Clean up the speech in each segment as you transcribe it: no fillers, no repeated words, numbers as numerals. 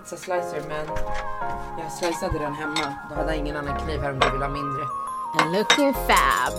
pizzaslicer, men jag sliceade den hemma. Då hade jag ingen annan kniv här om du vill ha mindre. Looking fab.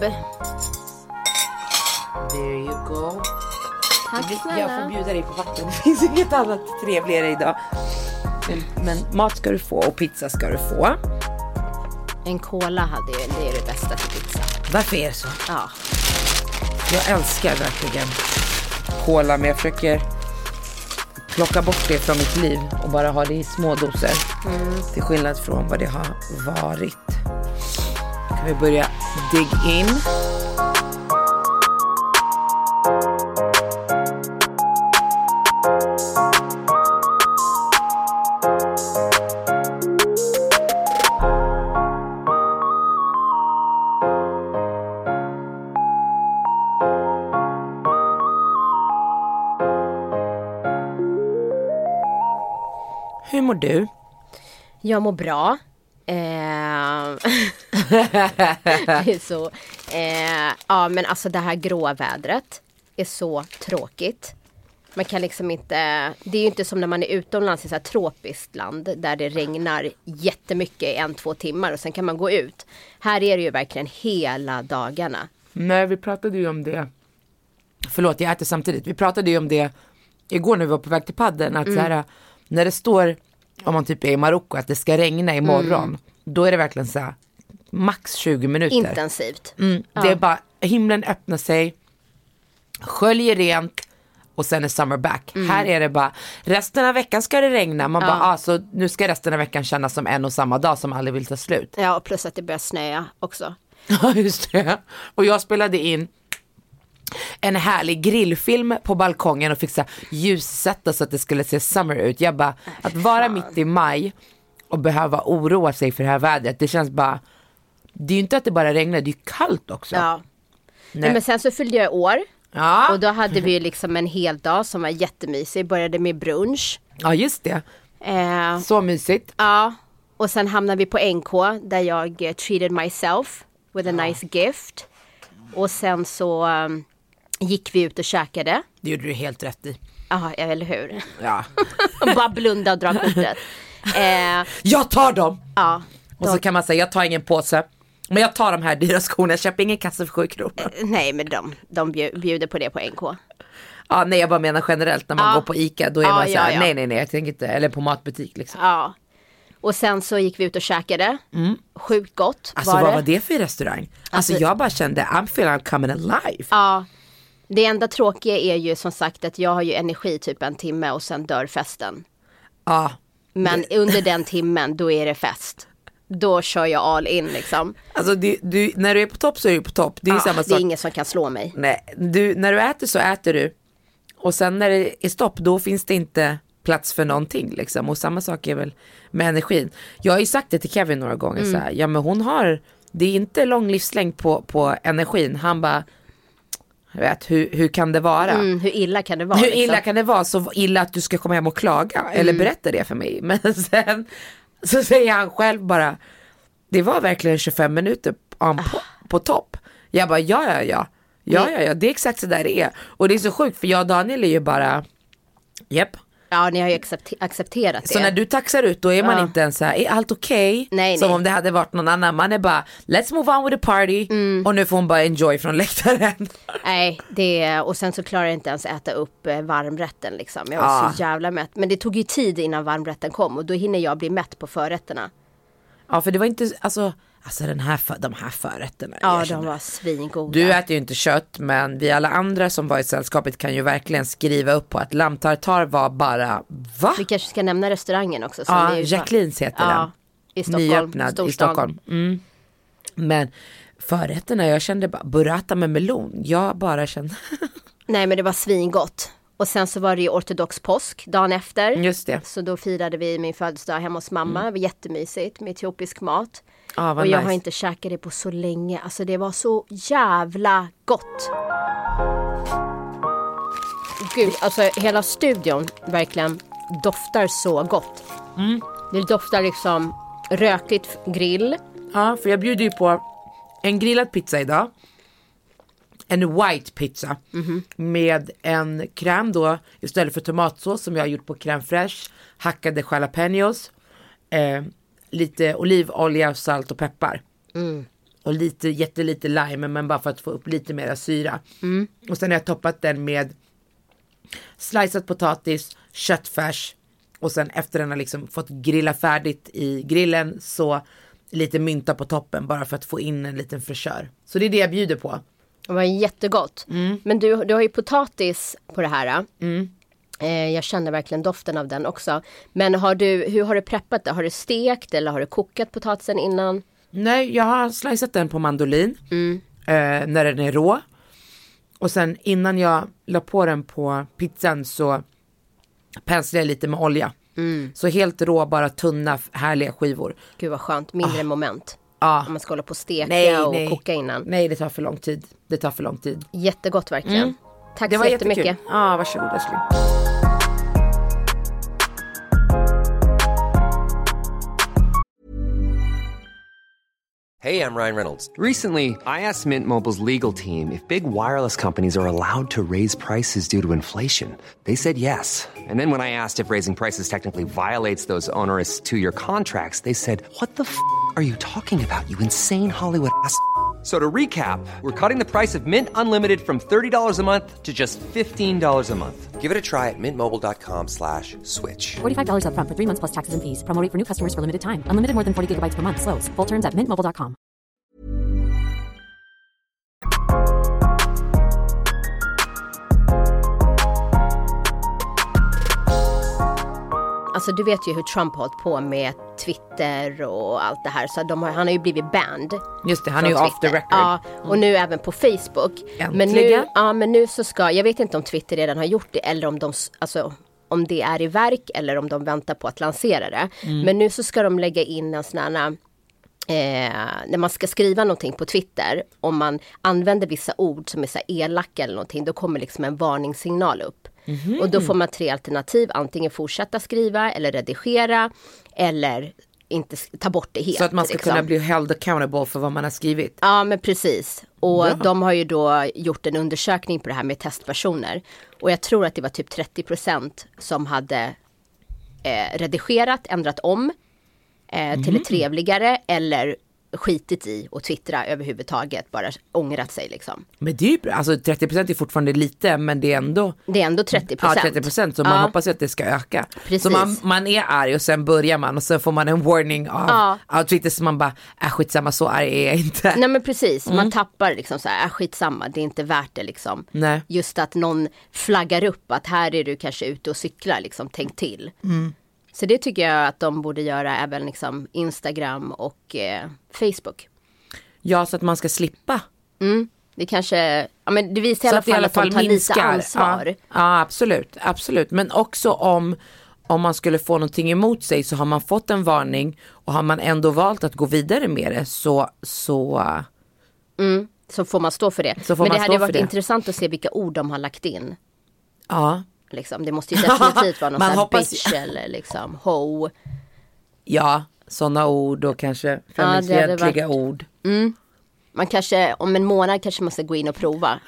There you go. Tack snälla. Jag får bjuda dig på vatten. Det finns inget annat trevligare idag. Men mat ska du få och pizza ska du få. En cola hade ju, det är det bästa för pizza. Varför är det så? Ja. Jag älskar verkligen cola, men jag försöker plocka bort det från mitt liv och bara ha det i små doser. Till skillnad från vad det har varit. Kan vi börja dig in? Hur mår du? Jag mår bra. Det är så. Ja, men alltså det här grå vädret är så tråkigt. Man kan liksom inte, det är ju inte som när man är utomlands i så här tropiskt land där det regnar jättemycket i 1-2 timmar och sen kan man gå ut. Här är det ju verkligen hela dagarna. Nej, vi pratade ju om det. Förlåt, jag äter samtidigt. Vi pratade ju om det igår när vi var på väg till padden. Att så här, när det står, om man typ är i Marocko, att det ska regna imorgon. Då är det verkligen så här, max 20 minuter. Intensivt. Det är bara, himlen öppnar sig, sköljer rent och sen är summer back. Här är det bara, resten av veckan ska det regna. Man bara, så nu ska resten av veckan kännas som en och samma dag som aldrig vill ta slut. Ja, och plus att det börjar snöa också. Ja, just det. Och jag spelade in en härlig grillfilm på balkongen och fick så ljussätta så att det skulle se summer ut. Jag bara, att vara mitt i maj och behöva oroa sig för det här vädret, det känns bara, det är ju inte att det bara regnar, det är ju kallt också. Ja. Nej, men sen så fyllde jag år. Ja. Och då hade vi liksom en hel dag som var jättemysig. Började med brunch. Ja, just det. Så mysigt. Ja, och sen hamnade vi på NK där jag treated myself with a nice gift. Och sen så gick vi ut och käkade. Det gjorde du helt rätt i. Ja, eller hur? Ja. Bara blunda och dra kortet. Jag tar dem! Ja. Och så kan man säga, jag tar ingen påse. Men jag tar de här dyra skorna, jag köper ingen kasse för 7 kronor. Nej, men de bjuder på det på NK. Ja, nej, jag bara menar generellt när man går på Ica, då är man så här, nej, jag tänker inte, eller på matbutik liksom. Ja. Och sen så gick vi ut och käkade. Sjukt gott. Alltså vad var det för restaurang? Alltså jag bara kände, I'm feeling I'm coming alive. Ja. Det enda tråkiga är ju som sagt att jag har ju energi typ 1 timme och sen dör festen. Ja. Men under den timmen, då är det fest. Då kör jag all in liksom. Alltså när du är på topp så är du på topp. Det är samma sak. Det är ingen som kan slå mig. Nej, när du äter så äter du. Och sen när det är stopp, då finns det inte plats för någonting liksom. Och samma sak är väl med energin. Jag har ju sagt det till Kevin några gånger så här, ja men hon har, det är inte lång livslängd på energin. Han bara, jag vet, hur kan det vara? Hur illa kan det vara? Hur illa kan det vara? Så illa att du ska komma hem och klaga. Eller berätta det för mig. Men sen så säger han själv bara, det var verkligen 25 minuter på topp. Jag bara, ja, det är exakt så där det är. Och det är så sjukt, för jag och Daniel är ju bara, japp. Ja, ni har ju accepterat det. Så när du taxar ut, då är man inte ens så här, är allt okej? Nej, Som om det hade varit någon annan. Man är bara, let's move on with the party. Och nu får hon bara enjoy från läktaren. Nej, och sen så klarar jag inte ens äta upp varmrätten liksom. Jag var så jävla mätt. Men det tog ju tid innan varmrätten kom. Och då hinner jag bli mätt på förrätterna. Ja, för det var inte, alltså de här förrätterna. Ja, de var svingoda. Du äter ju inte kött, men vi alla andra som var i sällskapet kan ju verkligen skriva upp på att lammtartar var bara, va? Vi kanske ska nämna restaurangen också. Som ja, Jacquelines heter den. I Stockholm. Nyöppnad i Stockholm. Men förrätterna, jag kände bara, burrata med melon. Jag bara kände... Nej, men det var svingott. Och sen så var det ju ortodox påsk dagen efter. Just det. Så då firade vi min födelsedag hemma hos mamma. Det var jättemysigt med etiopisk mat. Och jag har inte käkat det på så länge. Alltså det var så jävla gott. Gud, alltså hela studion verkligen doftar så gott. Det doftar liksom rökigt grill. Ja, för jag bjuder ju på en grillad pizza idag. en white pizza med en kräm då istället för tomatsås som jag har gjort på crème fraîche, hackade jalapenos, lite olivolja, salt och peppar. Och jättelite lime, men bara för att få upp lite mer syra. Och sen har jag toppat den med slicead potatis, köttfärs, och sen efter den har liksom fått grilla färdigt i grillen så lite mynta på toppen bara för att få in en liten fräschör. Så det är det jag bjuder på. Det var jättegott. Men du har ju potatis på det här. Jag känner verkligen doften av den också. Men hur har du preppat det? Har du stekt eller har du kokat potatisen innan? Nej, jag har sliceat den på mandolin när den är rå. Och sen innan jag la på den på pizzan så penslade jag lite med olja. Så helt rå, bara tunna, härliga skivor. Gud vad skönt, mindre moment. Om man ska hålla på och steka och koka innan. Nej, det tar för lång tid. Jättegott verkligen. Tack så jättemycket. Ja, varsågod älskling. Hey, I'm Ryan Reynolds. Recently, I asked Mint Mobile's legal team if big wireless companies are allowed to raise prices due to inflation. They said yes. And then when I asked if raising prices technically violates those onerous 2-year contracts, they said, "What the f*** are you talking about, you insane Hollywood ass?" So to recap, we're cutting the price of Mint Unlimited from $30 a month to just $15 a month. Give it a try at mintmobile.com/switch. $45 up front for 3 months plus taxes and fees. Promo rate for new customers for limited time. Unlimited more than 40 gigabytes per month. Slows full terms at mintmobile.com. Alltså du vet ju hur Trump har hållit på med Twitter och allt det här. Så han har ju blivit banned. Just det, han är ju off the record. Ja, och nu även på Facebook. Äntligen. Men nu så ska, jag vet inte om Twitter redan har gjort det eller om det är i verk eller om de väntar på att lansera det. Men nu så ska de lägga in en sån här, när man ska skriva någonting på Twitter, om man använder vissa ord som är så elaka eller någonting, då kommer liksom en varningssignal upp. Och då får man 3 alternativ, antingen fortsätta skriva eller redigera eller inte ta bort det helt. Så att man ska kunna bli held accountable för vad man har skrivit. Ja, men precis. Och de har ju då gjort en undersökning på det här med testpersoner. Och jag tror att det var typ 30% som hade redigerat, ändrat om till ett trevligare eller skitit i och twittra överhuvudtaget, bara ångrat sig liksom. Men det är ju bra, alltså 30% är fortfarande lite, men det är ändå 30%. Ja, 30%, så man hoppas att det ska öka. Precis. Så man är arg och sen börjar man och sen får man en warning av Twitter, så man bara, skitsamma, så arg är jag inte. Nej men precis, man tappar liksom så här, skitsamma, det är inte värt det liksom. Nej. Just att någon flaggar upp att här är du kanske ute och cyklar liksom, tänk till. Så det tycker jag att de borde göra även liksom Instagram och Facebook. Ja, så att man ska slippa. Det kanske, ja men det visar i alla fall att de tar lite ansvar. Ja, absolut. Men också om man skulle få någonting emot sig, så har man fått en varning och har man ändå valt att gå vidare med det, så får man stå för det. Men det hade varit intressant att se vilka ord de har lagt in. Ja. Liksom, det måste ju definitivt vara någon sån här bitch eller liksom ho. Ja, sådana ord och kanske främlingsfientliga ord. Man kanske, om en månad kanske man ska gå in och prova.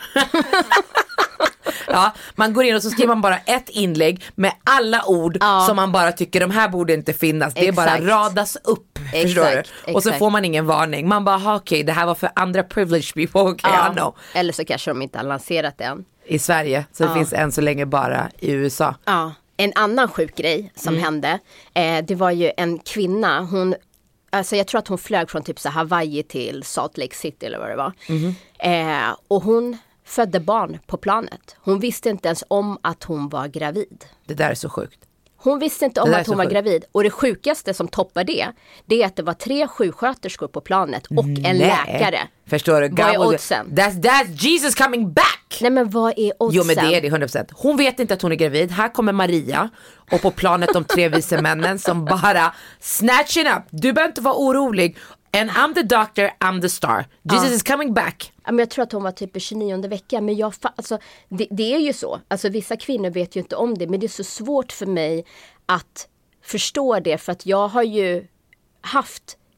Ja, man går in och så skriver man bara ett inlägg med alla ord som man bara tycker de här borde inte finnas. Det är bara radas upp, förstår du? Och så får man ingen varning. Man bara, okej, det här var för andra privileged people, okay, I know. Eller så kanske de inte har lanserat det än. I Sverige, så det finns än så länge bara i USA. Ja, en annan sjuk grej som hände, det var ju en kvinna, jag tror att hon flög från typ så Hawaii till Salt Lake City eller vad det var. Och hon födde barn på planet. Hon visste inte ens om att hon var gravid. Det där är så sjukt. Hon visste inte om att hon var gravid. Och det sjukaste som toppar det är att det var 3 sjuksköterskor på planet och en läkare. Förstår du? Vad är oddsen? That's Jesus coming back! Nej, men vad är oddsen? Jo, men det är det 100%. Hon vet inte att hon är gravid. Här kommer Maria och på planet de 3 vise männen som bara snatching up. Du behöver inte vara orolig. And I'm the doctor, I'm the star. Jesus is coming back. Men jag tror att hon var typ i 29:e veckan. Men det är ju så. Alltså vissa kvinnor vet ju inte om det. Men det är så svårt för mig att förstå det. För att jag har ju haft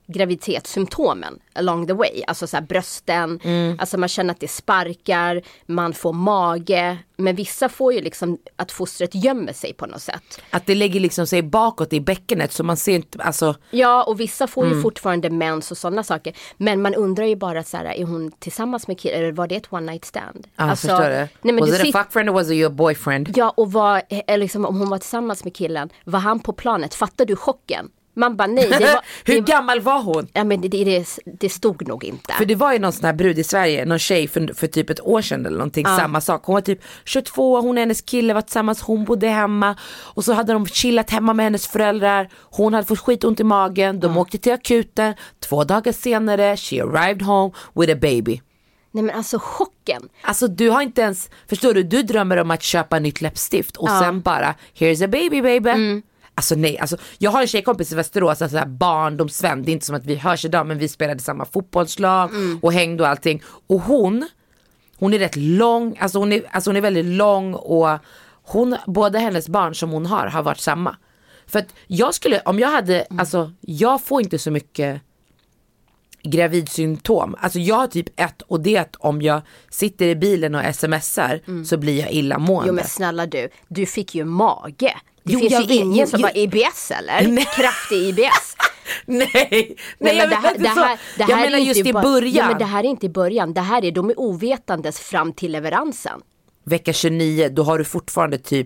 graviditetssymptomen along the way. Alltså så här brösten, alltså man känner att det sparkar, man får mage. Men vissa får ju liksom att fostret gömmer sig på något sätt. Att det lägger liksom sig bakåt i bäckenet så man ser inte, alltså. Ja, och vissa får ju fortfarande mens och sådana saker. Men man undrar ju bara så här, är hon tillsammans med killen eller var det ett one night stand? Alltså, förstår det. Nej, men was it a fuck friend or was it your boyfriend? Ja, och liksom, om hon var tillsammans med killen, var han på planet? Fattar du chocken? Man bara nej. Hur gammal var hon? Ja, men det stod nog inte. För det var ju någon sån här brud i Sverige, någon tjej för typ ett år sedan eller någonting, samma sak. Hon var typ 22, hon och hennes kille var tillsammans, hon bodde hemma och så hade de chillat hemma med hennes föräldrar. Hon hade fått skitont i magen, de åkte till akuten. 2 dagar senare, she arrived home with a baby. Nej men alltså chocken. Alltså du har inte ens, förstår du drömmer om att köpa nytt läppstift och sen bara, here's a baby baby. Alltså nej, alltså jag har en tjejkompis i Västerås, alltså barndomsvän, det är inte som att vi hörs idag men vi spelade samma fotbollslag och hängde och allting. Och hon är rätt lång, alltså hon är väldigt lång och båda hennes barn som hon har varit samma. För att jag skulle, om jag hade, alltså jag får inte så mycket gravidsymptom. Alltså jag har typ ett, och det är att om jag sitter i bilen och smsar så blir jag illamående. Jo men snälla du fick ju mage. Det finns ju ingen som var IBS eller? Nej. Kraftig IBS. Nej, men jag menar just i början. Ja men det här är inte i början. Det här är, de är ovetandes fram till leveransen. Vecka 29, då har du fortfarande typ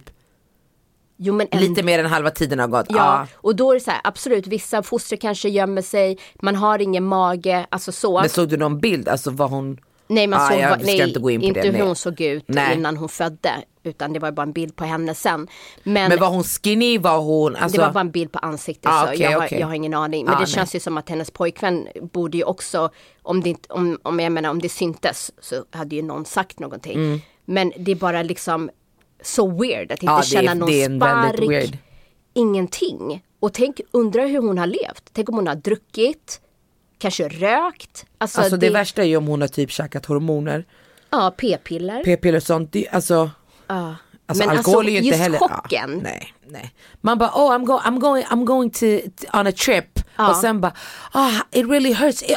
lite mer än halva tiden har gått. Ja, och då är det så här, absolut, vissa foster kanske gömmer sig, man har ingen mage, alltså så. Men såg du någon bild, alltså var hon... Nej, man såg, jag ska inte gå in på inte det. hur hon såg ut innan hon födde, utan det var bara en bild på henne sen. Men var hon skinny, var hon... Alltså... Det var bara en bild på ansiktet, så okay. Jag har ingen aning. Men det känns ju som att hennes pojkvän borde ju också, om det syntes så hade ju någon sagt någonting. Men det är bara liksom så weird att inte känna någon spark, ingenting. Och undra hur hon har levt. Tänk om hon har druckit, kanske rökt. Alltså det värsta är ju om hon har typ käkat hormoner. Ja, p-piller. P-piller och sånt, alltså... Alltså men alkohol alltså, är ju inte heller... chocken. Nej. Man bara, I'm going to on a trip. Och sen bara, it really hurts. It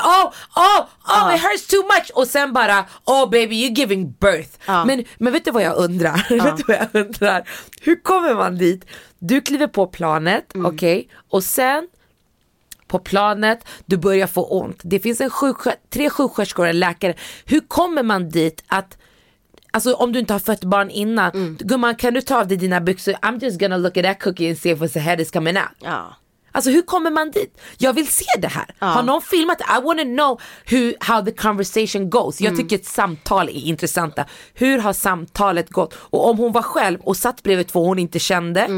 hurts too much. Och sen bara, baby, you're giving birth. Men vet du vad jag undrar? Hur kommer man dit? Du kliver på planet, okej? Och sen på planet, du börjar få ont. Det finns 3 sjuksköterskor och en läkare. Hur kommer man dit att... Alltså om du inte har fött barn innan, gumman, kan du ta av dig dina byxor? I'm just gonna look at that cookie and see if a head is coming out. Ja. Alltså hur kommer man dit? Jag vill se det här. Har någon filmat? I wanna know how the conversation goes. Jag tycker ett samtal är intressanta. Hur har samtalet gått? Och om hon var själv och satt bredvid 2 hon inte kände,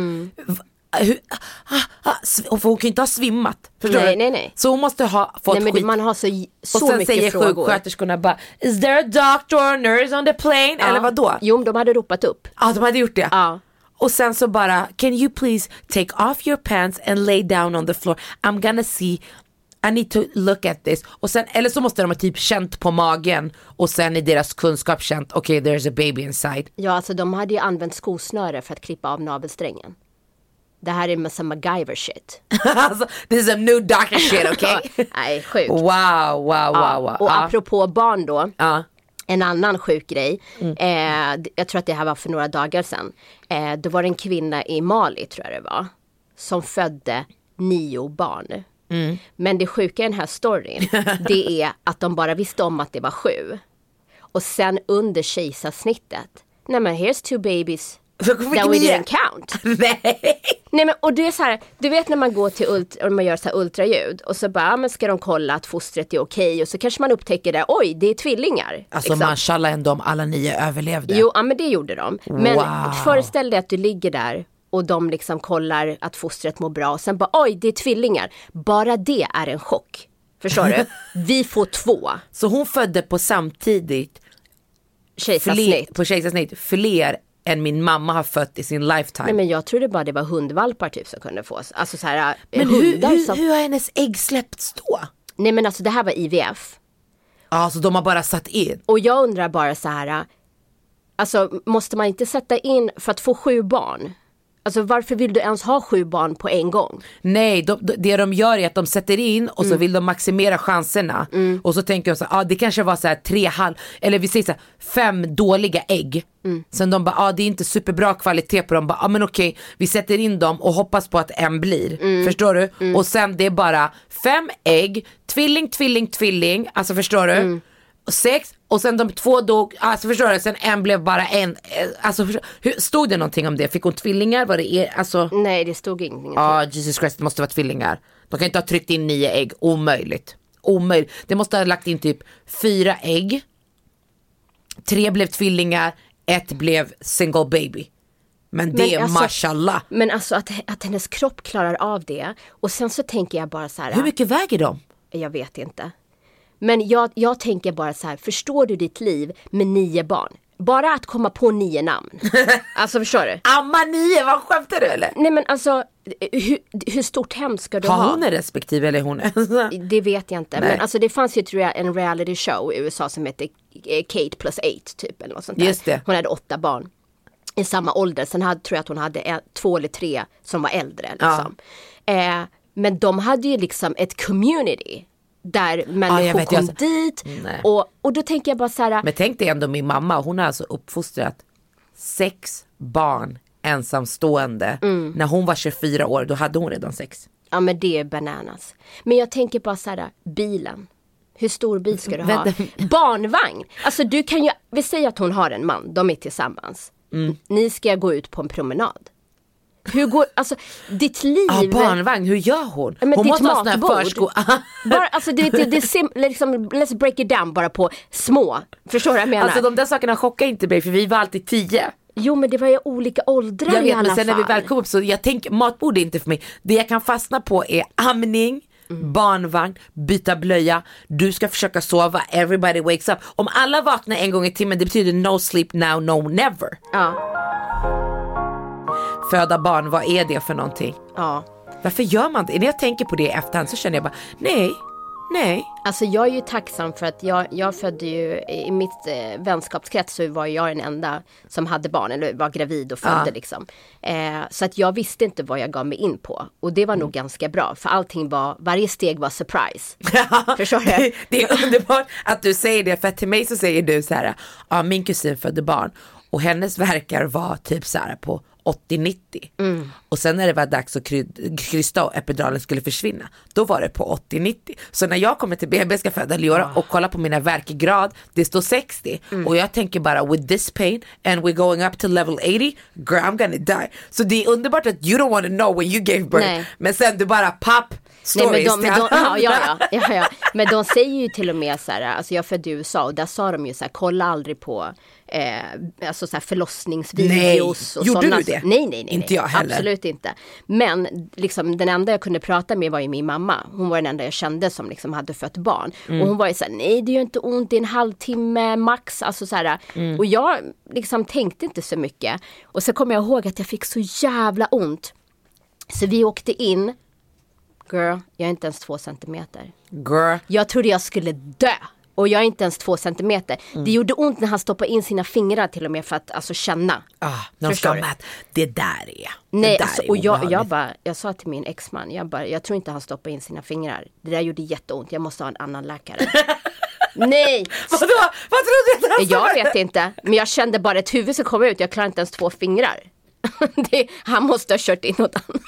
för hon kan inte ha svimmat. Förstår du? Nej. Så hon måste ha fått skit. Man har så och sen mycket säger frågor. Sjuksköterskorna bara, is there a doctor or nurse on the plane? Eller vad då? Jo, de hade ropat upp. Ja, de hade gjort det. Ja. Och sen så bara, can you please take off your pants and lay down on the floor? I'm gonna see, I need to look at this. Och sen, eller så måste de ha typ känt på magen och sen i deras kunskap känt, okay, there's a baby inside. Ja, alltså de hade ju använt skosnöre för att klippa av navelsträngen. Det här är med some MacGyver shit. Alltså, this is a new doctor shit, okay? Nej, sjukt. Wow. Och apropå barn då. En annan sjuk grej. Jag tror att det här var för några dagar sedan. Då var det en kvinna i Mali, tror jag det var, som födde 9 barn. Men det sjuka i den här storyn, det är att de bara visste om att det var 7. Och sen under kejsarsnittet, nej men here's 2 babies that we didn't count. Nej men, och det är så här, du vet när man går till man gör så här ultraljud och så bara, men ska de kolla att fostret är okej, och så kanske man upptäcker det, oj, det är tvillingar. Alltså liksom. Mashallah ändå om alla 9 överlevde. Jo, men det gjorde de. Men föreställ dig att du ligger där och de liksom kollar att fostret mår bra och sen bara, oj, det är tvillingar. Bara det är en chock. Förstår du? Vi får 2. Så hon födde på samtidigt kejsarsnitt fler än min mamma har fött i sin lifetime. Nej, men jag trodde bara det var hundvalpar typ som kunde fås. Alltså så här, men hur har hennes ägg släppts då? Nej men alltså det här var IVF. Ja, så de har bara satt in. Och jag undrar bara så här, alltså måste man inte sätta in för att få 7 barn? Alltså varför vill du ens ha 7 barn på en gång? Nej, det de gör är att de sätter in och så vill de maximera chanserna. Och så tänker de så här, det kanske var så här 3,5 eller vi säger så här 5 dåliga ägg. Sen de bara, det är inte superbra kvalitet på dem. Bara, men okej, vi sätter in dem och hoppas på att en blir. Förstår du? Och sen det är bara 5 ägg, tvilling, alltså förstår du? 6 och sen de 2 dog, alltså förstår du, sen en blev bara en, alltså stod det någonting om det? Fick hon tvillingar? Var det alltså? Nej, det stod ingenting. Jesus Christ, det måste vara tvillingar. De kan inte ha tryckt in 9 ägg, omöjligt. Det måste ha lagt in typ 4 ägg, 3 blev tvillingar, 1 blev single baby. Men det är alltså, mashallah. Men alltså att hennes kropp klarar av det. Och sen så tänker jag bara så här. Hur mycket väger de? Jag vet inte. Men jag tänker bara så här, förstår du ditt liv med 9 barn? Bara att komma på 9 namn. Alltså förstår du? Amma 9, vad skämtar du eller? Nej men alltså, hur stort hem ska du ha? Har hon en respektive eller hon? Det vet jag inte. Nej. Men alltså det fanns ju tror jag en reality show i USA som hette Kate + 8 typ eller något sånt där. Just det. Hon hade 8 barn i samma ålder. Sen tror jag att hon hade 2 eller 3 som var äldre liksom. Men de hade ju liksom ett community där människor kom dit. Och då tänker jag bara så här. Men tänk dig ändå min mamma, hon har alltså uppfostrat 6 barn ensamstående. När hon var 24 år, då hade hon redan 6. Ja men det är bananas. Men jag tänker bara så här, bilen. Hur stor bil ska du ha? Barnvagn. Alltså du kan ju, vi säger att hon har en man, de är tillsammans. Ni ska gå ut på en promenad. Hur går, alltså ditt liv... barnvagn, hur gör hon? Men hon måste ha sån här bara, alltså det liksom, let's break it down bara på små. Förstår du vad jag menar? Alltså de där sakerna chockar inte mig, för vi var alltid 10. Jo men det var ju olika åldrar. Jag vet, i alla men sen fall. när vi väl kom upp så jag tänker, matbord är inte för mig. Det jag kan fastna på är amning, barnvagn, byta blöja. Du ska försöka sova, everybody wakes up. Om alla vaknar en gång i timmen, det betyder no sleep now, no never. Ja. Föda barn, vad är det för någonting? Ja. Varför gör man det? När jag tänker på det i efterhand så känner jag bara, nej. Alltså jag är ju tacksam för att jag födde ju, i mitt vänskapskrets så var jag den enda som hade barn eller var gravid och födde liksom. Så att jag visste inte vad jag gav mig in på. Och det var nog ganska bra, för allting var, varje steg var surprise. Förstår du? Det är underbart att du säger det, för till mig så säger du så här, min kusin födde barn och hennes verkar var typ så här på 80-90. Och sen när det var dags att krysta och epiduralen skulle försvinna, då var det på 80-90. Så när jag kommer till BB ska föda Leora och kollar på mina verkgrad, det står 60. Och jag tänker bara, with this pain and we're going up to level 80, girl, I'm gonna die. Så det är underbart att you don't want to know when you gave birth. Nej. Men sen du bara pop stories. Ja. Men de säger ju till och med så här, alltså jag födde i USA och där sa de ju så här, kolla aldrig på alltså så här förlossningsvideos. Nej, gjorde du det? Nej. Inte jag heller. Absolut inte. Men liksom den enda jag kunde prata med var ju min mamma. Hon var den enda jag kände som liksom hade fött barn. Och hon var ju så här, nej det gör inte ont, det är en halvtimme max. Alltså så här. Och jag liksom tänkte inte så mycket. Och så kommer jag ihåg att jag fick så jävla ont. Så vi åkte in. Girl, jag är inte ens 2 centimeter. Girl. Jag trodde jag skulle dö. Och jag är inte ens 2 centimeter. Det gjorde ont när han stoppade in sina fingrar till och med för att alltså känna. När de ska mäta. Det där är. Nej, där alltså, är och jag sa till min exman, jag tror inte han stoppade in sina fingrar. Det där gjorde jätteont, jag måste ha en annan läkare. Nej. Vadå? Vad trodde du? Jag vet inte, men jag kände bara ett huvud som kom ut. Jag klarar inte ens 2 fingrar. Han måste ha kört in något annat.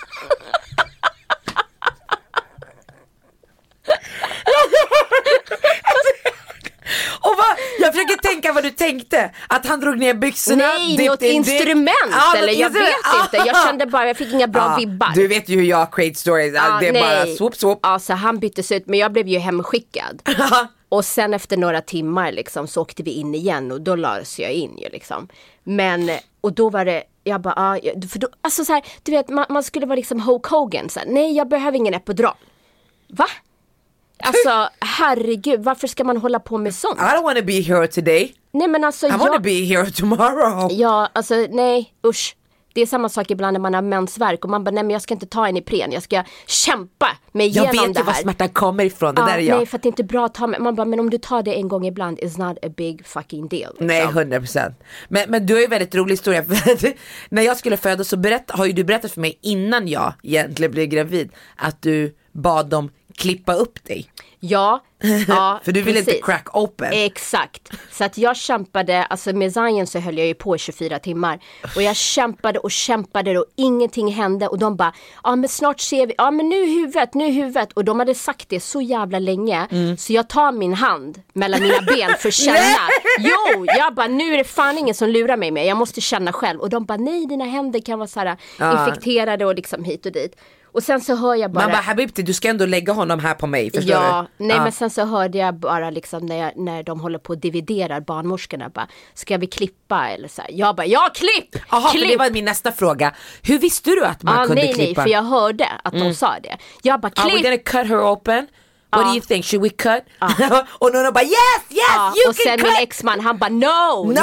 Och jag försöker tänka vad du tänkte. Att han drog ner byxorna. Nej, något instrument eller jag vet inte. Jag kände bara, jag fick inga bra vibbar. Du vet ju hur jag create stories. Det är bara swoop. Alltså han byttes ut, men jag blev ju hemskickad. Och sen efter några timmar liksom så åkte vi in igen och då lades jag in ju liksom. Men, och då var det, jag bara, för då, alltså så här, du vet, man skulle vara liksom Hulk Hogan så här, nej jag behöver ingen epidural. Va? Alltså herregud, varför ska man hålla på med sånt? I don't want to be here today. Nej men alltså I want to be here tomorrow. Ja, alltså nej, usch. Det är samma sak ibland när man har mensvärk och man bara, nej men jag ska inte ta en Ipren, jag ska kämpa mig igenom det här. Jag vet ju var smärtan kommer ifrån, det där är jag. Nej, för att det är inte bra att ta med. Man bara, men om du tar det en gång ibland, is not a big fucking deal. Liksom. Nej, 100%. Men du har ju väldigt rolig historia. För när jag skulle föda så har ju du berättat för mig innan jag egentligen blev gravid att du bad dem klippa upp dig. Ja, för du ville inte crack open. Exakt. Så att jag kämpade, alltså med Zion så höll jag ju på i 24 timmar. Och jag kämpade och ingenting hände. Och de bara, ja men snart ser vi, ja men nu huvudet. Och de hade sagt det så jävla länge. Så jag tar min hand mellan mina ben för att känna. Jo, jag bara, nu är det fan ingen som lurar mig med. Jag måste känna själv. Och de bara, nej dina händer kan vara så här infekterade och liksom hit och dit. Och sen så hör jag bara... Man bara, Habibti, du ska ändå lägga honom här på mig, förstår du? Nej, men sen så hörde jag bara liksom när de håller på och dividerar, barnmorskorna bara, ska vi klippa eller så här. Jag bara, ja klipp! Jaha, klipp! för det var min nästa fråga. Hur visste du att man kunde klippa? Nej, för jag hörde att de sa det. Jag bara, klipp! We're gonna cut her open. What do you think? Should we cut? Och någon bara, yes, you can cut! Och sen min exman, han bara, no!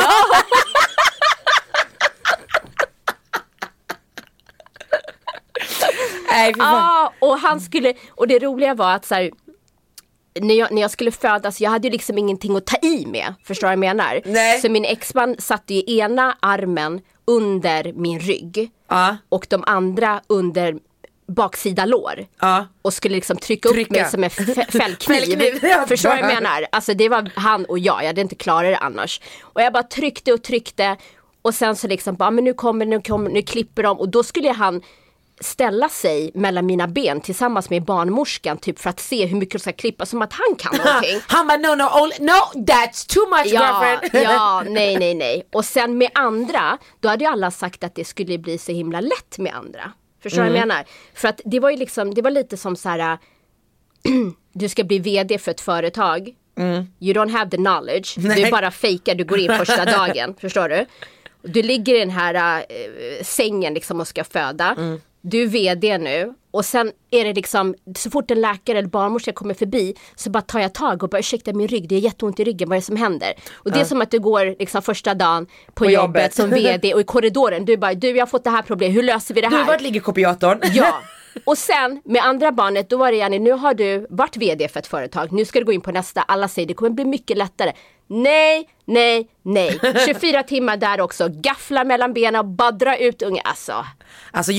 Och han skulle, och det roliga var att så här, när jag skulle födas, jag hade ju liksom ingenting att ta i med, förstår du vad jag menar? Nej. Så min exman satte ju ena armen under min rygg och de andra under baksida lår och skulle liksom trycka upp mig som en fällkniv. Förstår du vad jag menar? Alltså det var han och jag hade inte klarat det annars. Och jag bara tryckte och sen så liksom bara, men nu klipper de, och då skulle han ställa sig mellan mina ben tillsammans med barnmorskan typ för att se hur mycket de ska klippa, som att han kan någonting. Han bara no, that's too much girlfriend. Nej. Och sen med andra, då hade ju alla sagt att det skulle bli så himla lätt med andra. Förstår du vad jag menar? För att det var ju liksom, det var lite som så här du ska bli vd för ett företag. You don't have the knowledge. Du är bara fejkar, du går in första dagen. Förstår du? Du ligger i den här sängen liksom och ska föda. Du är vd nu. Och sen är det liksom, så fort en läkare eller barnmorska kommer förbi så bara tar jag tag och bara, ursäkta min rygg, det är jätteont i ryggen, vad är det som händer? Och det är som att du går liksom första dagen på jobbet som vd och i korridoren, du bara, jag har fått det här problemet, hur löser vi det här? Vart ligger kopiatorn? Ja. Och sen med andra barnet, då var det Jenny, nu har du varit vd för ett företag, nu ska du gå in på nästa, alla säger det kommer bli mycket lättare. Nej 24 timmar där också, gafflar mellan benen och bara dra ut unga. Alltså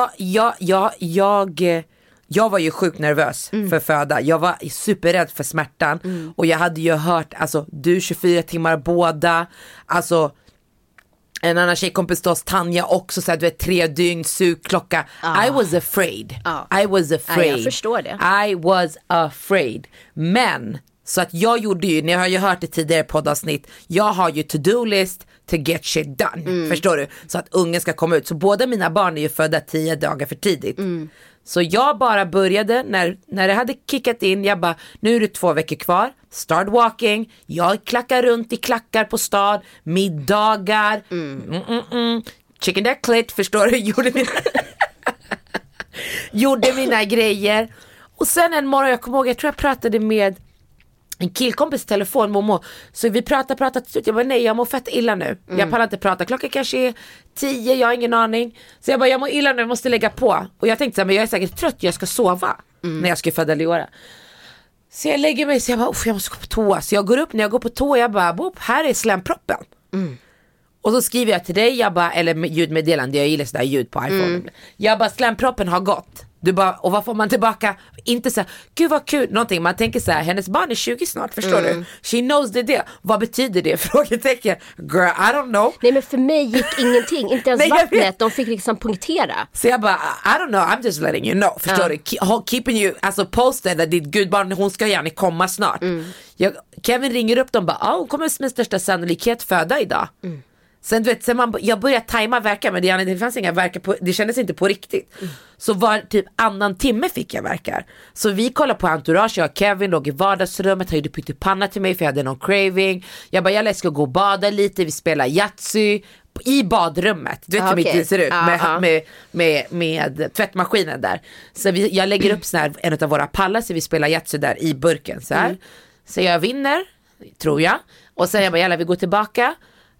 jag var ju sjukt nervös för föda. Jag var superrädd för smärtan. Och jag hade ju hört, alltså du 24 timmar båda. Alltså en annan tjejkompis till oss, Tanja, också så här, du vet 3 dygn, sugklocka. I was afraid. Jag förstår det. I was afraid. Men så att jag gjorde ju, ni har ju hört det tidigare poddavsnitt, jag har ju to-do-list to get shit done, förstår du? Så att ungen ska komma ut. Så båda mina barn är ju födda 10 dagar för tidigt. Så jag bara började, när det hade kickat in, jag bara, nu är det 2 veckor kvar, start walking, jag klackar runt i klackar på stad, middagar, chicken that clit, förstår du? Gjorde mina grejer. Och sen en morgon, jag kommer ihåg, jag tror jag pratade med en killkompis telefon, Momo. Så vi pratade till slut. Jag bara, nej, jag mår fett illa nu. Jag pallar inte prata. Klockan kanske är 10, jag har ingen aning. Så jag bara, jag mår illa nu, jag måste lägga på. Och jag tänkte så här, men jag är säkert trött, jag ska sova när jag ska föda Leora. Så jag lägger mig, så jag bara, jag måste gå på toa. Så jag går upp, när jag går på toa, jag bara, här är slemproppen. Och så skriver jag till dig, jag bara, eller ljudmeddelande, jag gillar sådär ljud på iPhone. Jag bara, slemproppen har gått. Du bara, och vad får man tillbaka? Inte så här, gud vad kul, någonting. Man tänker så här, hennes barn är 20 snart, förstår du? She knows det. Vad betyder det? Frågetecken. Girl, I don't know. Nej, men för mig gick ingenting. Inte ens vattnet, de fick liksom punktera. Så jag bara, I don't know, I'm just letting you know. Förstår du? Keeping you, alltså posted att ditt gudbarn, hon ska gärna komma snart. Kevin ringer upp dem, bara, hon kommer med största sannolikhet föda idag. Sen du vet, jag började tajma verka, men det fanns inga verkar på, det kändes inte på riktigt. Så var typ annan timme fick jag verkar. Så vi kollade på Entourage, jag och Kevin låg i vardagsrummet, höjde pyttipanna till mig för jag hade någon craving. Jag bara, jag ska gå och bada lite, vi spelar Yatzy i badrummet. Du vet hur mitt ser ut med tvättmaskinen där. Så jag lägger upp så här, en av våra pallar, så vi spelar Yatzy där i burken så här. Så jag vinner, tror jag. Och sen jag bara, vi går tillbaka.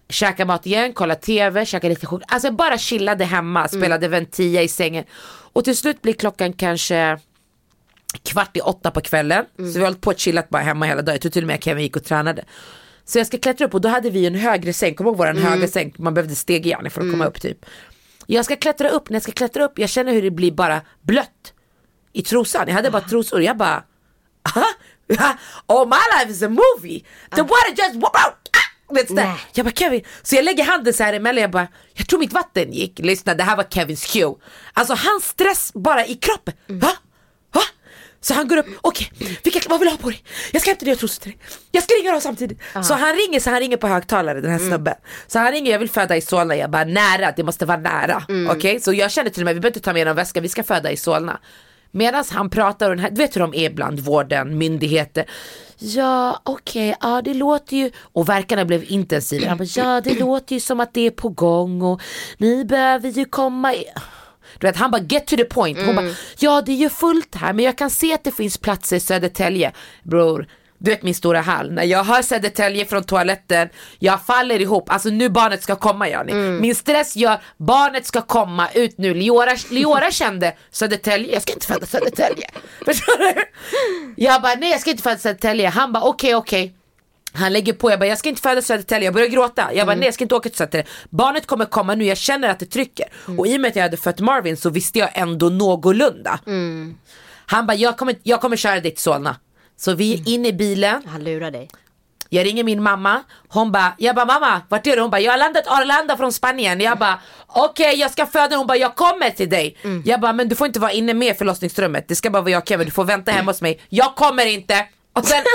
käka mat igen, kolla tv, käka lite choklad. Alltså bara chillade hemma, spelade Ventia i sängen. Och till slut blir klockan kanske 7:45 på kvällen. Så vi har hållit på att chillat bara hemma hela dagen. Jag tror till och med Kevin gick och tränade. Så jag ska klättra upp och då hade vi en högre säng. Kommer ihåg våran höga säng? Man behövde steg igen för att komma upp typ. Jag ska klättra upp, när jag ska klättra upp, jag känner hur det blir bara blött i trosan. Jag hade bara trosor, jag bara oh my life is a movie. The water just jag bara Kevin, så jag lägger handen så här emellan, jag tror mitt vatten gick. Lyssna, det här var Kevins cue. Alltså hans stress bara i kroppen. Så han går upp, okej, vad vill du ha på dig? Jag ska hämta dina trosor till dig. Jag ska ringa dem samtidigt. Så han ringer på högtalare, den här snubben. Så han ringer, jag vill föda i Solna. Jag bara, nära, det måste vara nära. Okej, så jag känner till och med, vi behöver inte ta med någon väska, vi ska föda i Solna. Medan han pratar och den här, du vet hur de är bland vården, myndigheter. Ja, okej, ja det låter ju. Och verkarna blev intensiva. Han bara, ja det låter ju som att det är på gång. Och ni behöver ju komma Du vet, han bara get to the point. Hon bara, ja det är ju fullt här, men jag kan se att det finns platser i Södertälje. Bror, du vet min stora hall. När jag hör Södertälje från toaletten, jag faller ihop. Alltså nu barnet ska komma, Jani. Min stress gör, barnet ska komma ut nu. Leora kände Södertälje, jag ska inte föda Södertälje. Förstår du? Jag bara, nej jag ska inte föda Södertälje. Han bara, okej. Han lägger på, jag bara, jag ska inte föda Södertälje. Jag börjar gråta, jag bara, nej jag ska inte åka till Södertälje. Barnet kommer komma nu, jag känner att det trycker. Och i och med att jag hade fött Marvin så visste jag ändå någorlunda. Han bara, jag kommer köra dig till Solna. Så vi är inne i bilen. Han lurar dig. Jag ringer min mamma. Jag bara, mamma, vart är du? Hon bara, jag har landat Arlanda från Spanien. Jag bara, okej, jag ska föda. Hon bara, jag kommer till dig. Jag bara, men du får inte vara inne med förlossningsrummet. Det ska bara vara jag och Kevin, du får vänta hemma hos mig. Jag kommer inte. Och sen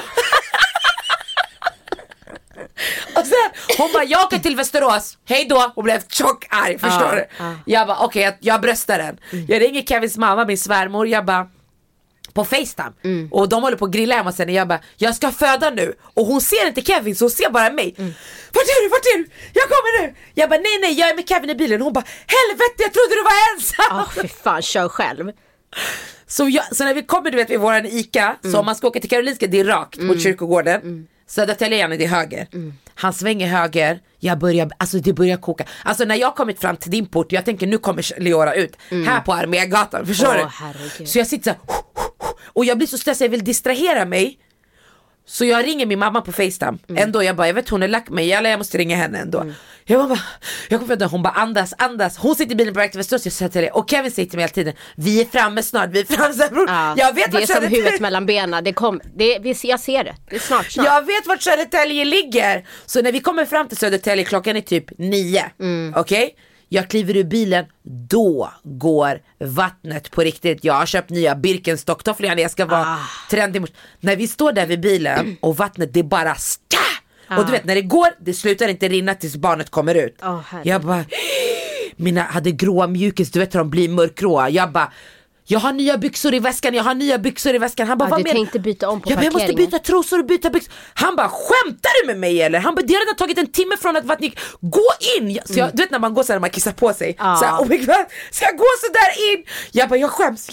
hon bara, jag åker till Västerås. Hej då. Hon blev tjockarg, förstår du? Jag bara, okej, jag bröstar den. Jag ringer Kevins mamma, min svärmor. Jag bara, på FaceTime. Och de håller på att grilla hemma sen. Jag bara, jag ska föda nu. Och hon ser inte Kevin, så hon ser bara mig. Vart är du? Jag kommer nu. Jag bara, nej, jag är med Kevin i bilen. Hon bara, helvete, jag trodde du var ensam. Fy fan, kör själv. Så när vi kommer, du vet, vid våran Ica. Så om man ska åka till Karolinska, det är rakt mot kyrkogården. Södertälje, det är höger. Han svänger höger. Det börjar koka. Alltså när jag kommit fram till din port, jag tänker nu kommer Leora ut. Här på Armégatan, förstår du? Herregud. Så jag sitter så här, och jag blir så stressad, jag vill distrahera mig. Så jag ringer min mamma på FaceTime. Ändå, jag vet hon är lack mig. Jag måste ringa henne ändå. Jag kommer inte, hon bara andas. Hon sitter i bilen på väg till Västerås. Jag säger till det. Och Kevin säger till mig hela tiden, vi är framme snart, bror. Jag vet det är som huvudet mellan benen. Jag ser det. Det är snart. Jag vet vart Södertälje ligger. Så när vi kommer fram till Södertälje, klockan är typ 9. Okej? Jag kliver ur bilen, då går vattnet på riktigt. Jag har köpt nya Birkenstock-tofflor. Jag ska vara trendig. När vi står där vid bilen och vattnet, det bara och du vet, när det går, det slutar inte rinna tills barnet kommer ut. Jag bara, mina hade gråa mjukis, du vet hur de blir mörkgråa. Jag bara, jag har nya byxor i väskan. Han bara, vad menar du? Byta om på parkeringen. Jag måste byta trosor och byta byxor. Han bara, skämtar du med mig eller? Han bara, det har redan tagit en timme från att vattnet gick. Gå in. Så du vet när man går så här, när man kissar på sig. Så här, oh my God, ska jag gå så där in? Jag bara, jag skäms.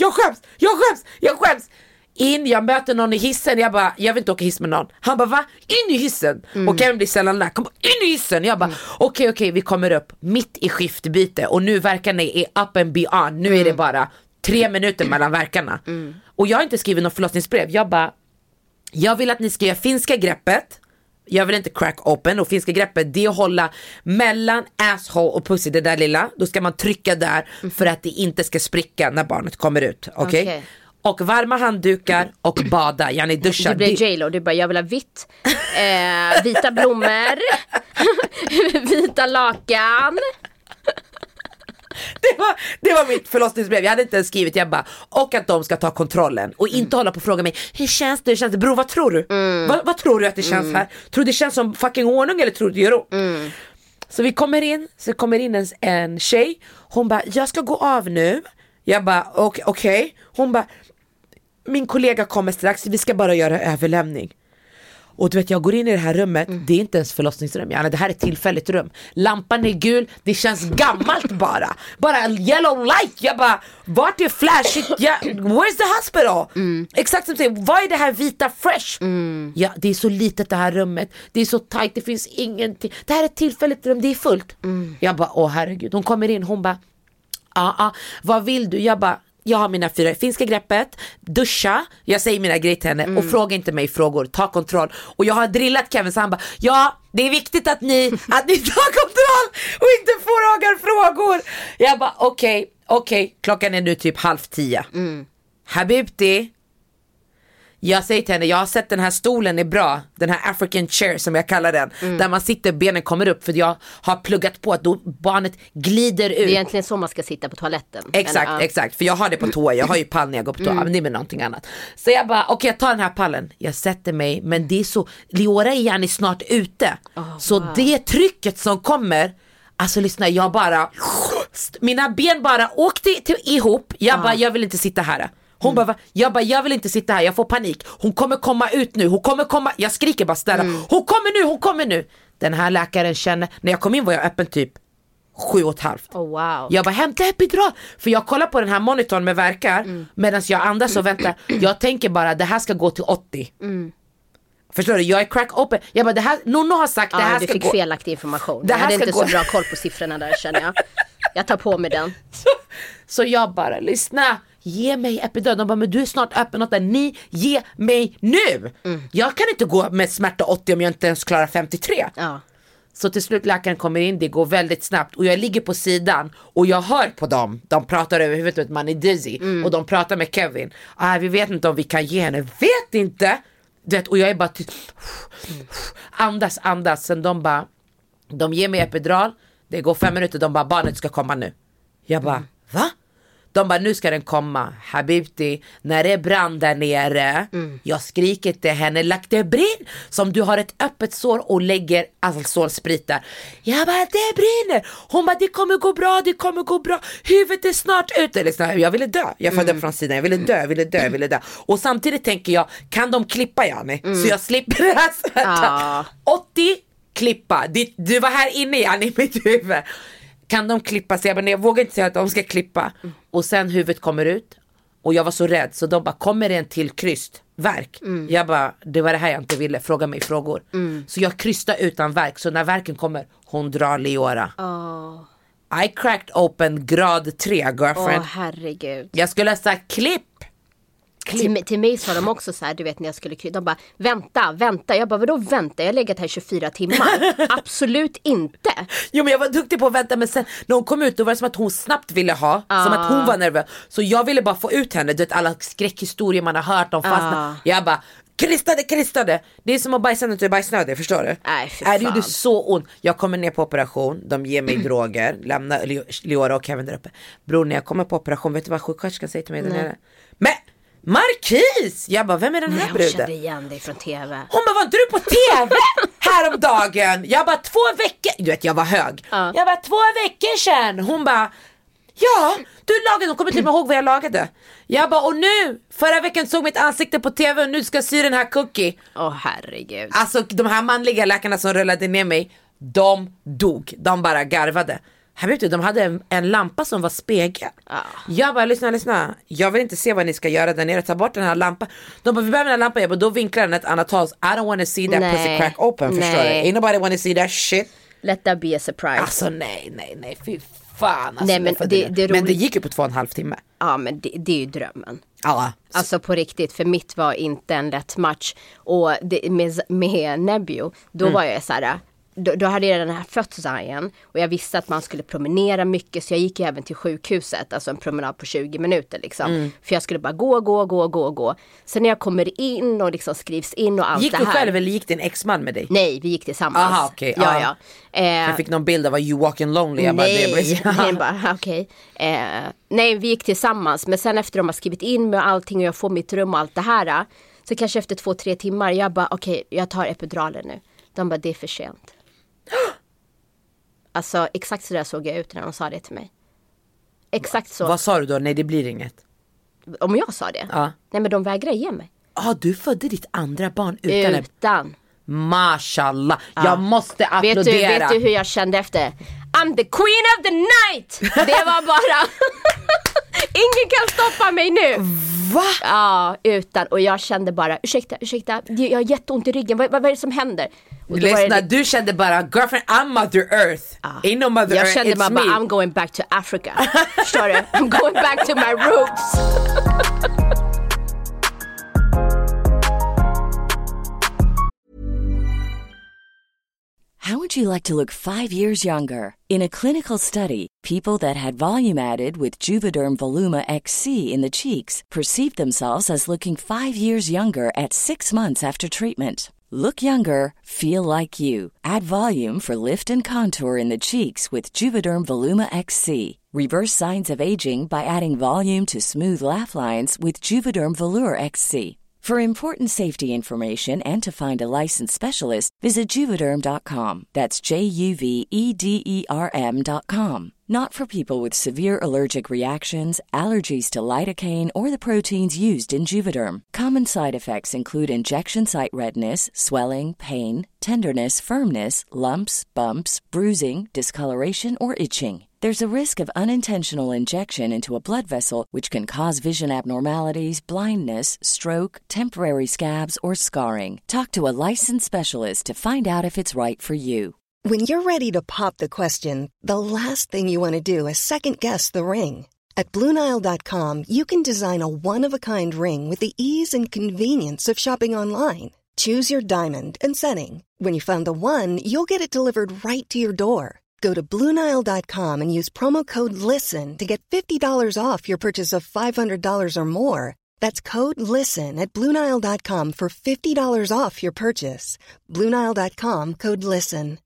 In, jag möter någon i hissen. Jag bara, jag vill inte åka hiss med någon. Han bara, va? In i hissen. Och Kevin blir sällan där. Kom in i hissen. Jag bara, okej, vi kommer upp mitt i skiftbyte. Och nu verkar ni är up and beyond. Nu är det bara 3 minuter mellan verkarna. Och jag har inte skrivit något förlossningsbrev. Jag bara, jag vill att ni ska göra finska greppet. Jag vill inte crack open. Och finska greppet, det är att hålla mellan asshole och pussy, det där lilla. Då ska man trycka där för att det inte ska spricka när barnet kommer ut. Okej? Och varma handdukar och bada. Jani duschar. Du blir J-Lo, du bara, jag vill ha vitt. Vita blommor. Vita lakan. Det var mitt förlossningsbrev. Jag hade inte ens skrivit, jag bara, och att de ska ta kontrollen. Och inte hålla på och fråga mig, hur känns det? Bror, vad tror du? Vad tror du att det känns här? Tror du det känns som fucking ordning eller tror du det gör ont? Så vi kommer in. Så kommer in en tjej. Hon bara, jag ska gå av nu. Jag bara, okej. Hon bara, min kollega kommer strax, vi ska bara göra överlämning. Och du vet, jag går in i det här rummet, det är inte ens förlossningsrum, det här är ett tillfälligt rum. Lampan är gul, det känns gammalt bara. Bara yellow light, jag bara, vart är flashigt? Where's the hospital? Exakt som du säger, vad är det här vita fresh? Ja, det är så litet det här rummet, det är så tight, det finns ingenting. Det här är ett tillfälligt rum, det är fullt. Jag bara, åh herregud, hon kommer in, hon bara, vad vill du? Jag bara, jag har mina 4 finska greppet, duscha, jag säger mina grejer till henne och fråga inte mig frågor, ta kontroll. Och jag har drillat Kevin så han bara, ja, det är viktigt att ni tar kontroll och inte frågar frågor. Jag bara, okej, klockan är nu typ 9:30. Habibti, jag säger till henne, jag har sett den här stolen är bra, den här African chair som jag kallar den, där man sitter, benen kommer upp, för jag har pluggat på att då barnet glider ut. Det är egentligen så man ska sitta på toaletten. Exakt, för jag har det på toa, jag har ju pall när jag går på toa, men det är med någonting annat. Så jag bara, okej, jag tar den här pallen, jag sätter mig, men det är så, Leora är gärna snart ute, så det trycket som kommer, alltså lyssna, jag bara, mina ben bara åkte ihop, jag bara, jag vill inte sitta här. Hon bara, jag vill inte sitta här, jag får panik. Hon kommer komma ut nu, jag skriker bara ställa. Hon kommer nu. Den här läkaren känner, när jag kom in var jag öppen typ 7,5. Wow. Jag bara, hämta epidural. För jag kollar på den här monitorn med verkar, medan jag andas och väntar. Jag tänker bara, det här ska gå till 80. Förstår du, jag är crack open. Jag bara, det här, Nono har sagt det här du ska fick gå. felaktig information. Det Jag här hade ska inte gå. så bra koll på siffrorna där, känner jag. Jag tar på mig den. Så jag bara, lyssna, ge mig epidural. De bara, men du är snart öppen åt den. Ni, ge mig nu. Jag kan inte gå med smärta 80 om jag inte ens klarar 53. Ja. Så till slut läkaren kommer in, det går väldigt snabbt. Och jag ligger på sidan och jag hör på dem. De pratar över huvudet, man är dizzy. Och de pratar med Kevin. Vi vet inte om vi kan ge henne. Vet inte. Vet, och jag är bara andas. Sen de ger mig epidural. Det går 5 minuter, de bara, barnet ska komma nu. Jag bara, va? De bara, nu ska den komma. Habibti, när det brann där nere, jag skriker till henne, Lactebrin, som du har ett öppet sår och lägger azolsprit där. Jag bara, det brinner. Hon bara, det kommer gå bra. Huvudet är snart ute. Liksom, jag ville dö. Jag födde upp från sidan. Jag ville dö. Och samtidigt tänker jag, kan de klippa Janni? Så jag slipper det här smärtan. 80, klippa. Du var här inne Janni, i mitt huvud. Kan de klippa? Så jag bara, jag vågar inte säga att de ska klippa. Och sen huvudet kommer ut. Och jag var så rädd. Så de bara, kommer det en till krystverk? Jag bara, det var det här jag inte ville. Fråga mig frågor. Så jag krystade utan verk. Så när verken kommer, hon drar Leora. I cracked open grad 3, girlfriend. Herregud. Jag skulle ha sagt klipp. Till mig sa de också så här, du vet när jag skulle de bara, vänta. Jag bara, vadå vänta? Jag har legat här i 24 timmar. Absolut inte. Jo, men jag var duktig på att vänta, men sen när hon kom ut då var det som att hon snabbt ville ha, som att hon var nervös. Så jag ville bara få ut henne, du vet alla skräckhistorier man har hört om fastna. Jag bara, kristade. Det är som att bajsa när du är bajsnödig, förstår du? Nej, för fan. Det gjorde så ont. Jag kommer ner på operation, de ger mig droger, lämnar Leora och Kevin där uppe. Bror, när jag kommer på operation, vet du vad sjuksköterskan säger till mig där nere? Men Marquis! Jag bara, vem är den här bruden? Jag kände igen dig från tv. Hon bara, var inte du på tv häromdagen? Jag bara, 2 veckor. Du vet, jag var hög. Jag bara, 2 veckor sedan. Hon bara, ja, du lagade. Hon kommer till mig ihåg vad jag lagade. Jag bara, och nu, förra veckan såg mitt ansikte på tv och nu ska jag sy den här cookie. Herregud. Alltså de här manliga läkarna som rullade ner mig, de dog. De bara garvade. Här vet du, de hade en lampa som var spegel. Jag bara, lyssna. Jag vill inte se vad ni ska göra där nere. Ta bort den här lampan. De bara, vi behöver den här lampan. Jag bara, då vinklar den ett annat håll. I don't want to see that pussy crack open, förstår du? Ain't nobody want to see that shit. Let that be a surprise. Alltså nej, fy fan. Alltså, nej, men det gick ju på 2,5 timmar. Ja, men det är ju drömmen. Ja. Alltså på riktigt, för mitt var inte en lätt match. Och med Nebio, då var jag så här. Då hade jag den här föttersajen och jag visste att man skulle promenera mycket, så jag gick ju även till sjukhuset, alltså en promenad på 20 minuter liksom. För jag skulle bara gå. Sen när jag kommer in och liksom skrivs in och allt gick det här. Gick du själv eller gick din exman med dig? Nej, vi gick tillsammans. Aha, okej. Ja. Jag fick någon bild av you walking lonely. Jag bara, okej. Nej, vi gick tillsammans, men sen efter de har skrivit in med allting och jag får mitt rum och allt det här, så kanske efter 2-3 timmar, jag bara, okej, jag tar epiduralen nu. De bara, det är för sent. Alltså exakt så där såg jag ut när de sa det till mig. Exakt så. Vad sa du då? Nej, det blir inget. Om jag sa det? Ja. Nej, men de vägrar ge mig. Du födde ditt andra barn utan. mashallah. Jag måste applådera. Vet du hur jag kände efter? I'm the queen of the night. Det var bara ingen kan stoppa mig nu. Va? Ja, utan. Och jag kände bara, ursäkta, jag har jätteont i ryggen. Vad är det som händer? Lyssna, du kände bara, girlfriend, I'm Mother Earth. Ain't no Mother Earth, jag kände it's bara, me. I'm going back to Africa. Förstår du? I'm going back to my roots. How would you like to look 5 years younger? In a clinical study, people that had volume added with Juvederm Voluma XC in the cheeks perceived themselves as looking 5 years younger at 6 months after treatment. Look younger, feel like you. Add volume for lift and contour in the cheeks with Juvederm Voluma XC. Reverse signs of aging by adding volume to smooth laugh lines with Juvederm Volure XC. For important safety information and to find a licensed specialist, visit Juvederm.com. That's JUVEDERM.com. Not for people with severe allergic reactions, allergies to lidocaine, or the proteins used in Juvederm. Common side effects include injection site redness, swelling, pain, tenderness, firmness, lumps, bumps, bruising, discoloration, or itching. There's a risk of unintentional injection into a blood vessel, which can cause vision abnormalities, blindness, stroke, temporary scabs, or scarring. Talk to a licensed specialist to find out if it's right for you. When you're ready to pop the question, the last thing you want to do is second-guess the ring. At BlueNile.com, you can design a one-of-a-kind ring with the ease and convenience of shopping online. Choose your diamond and setting. When you find the one, you'll get it delivered right to your door. Go to BlueNile.com and use promo code LISTEN to get $50 off your purchase of $500 or more. That's code LISTEN at BlueNile.com for $50 off your purchase. BlueNile.com, code LISTEN.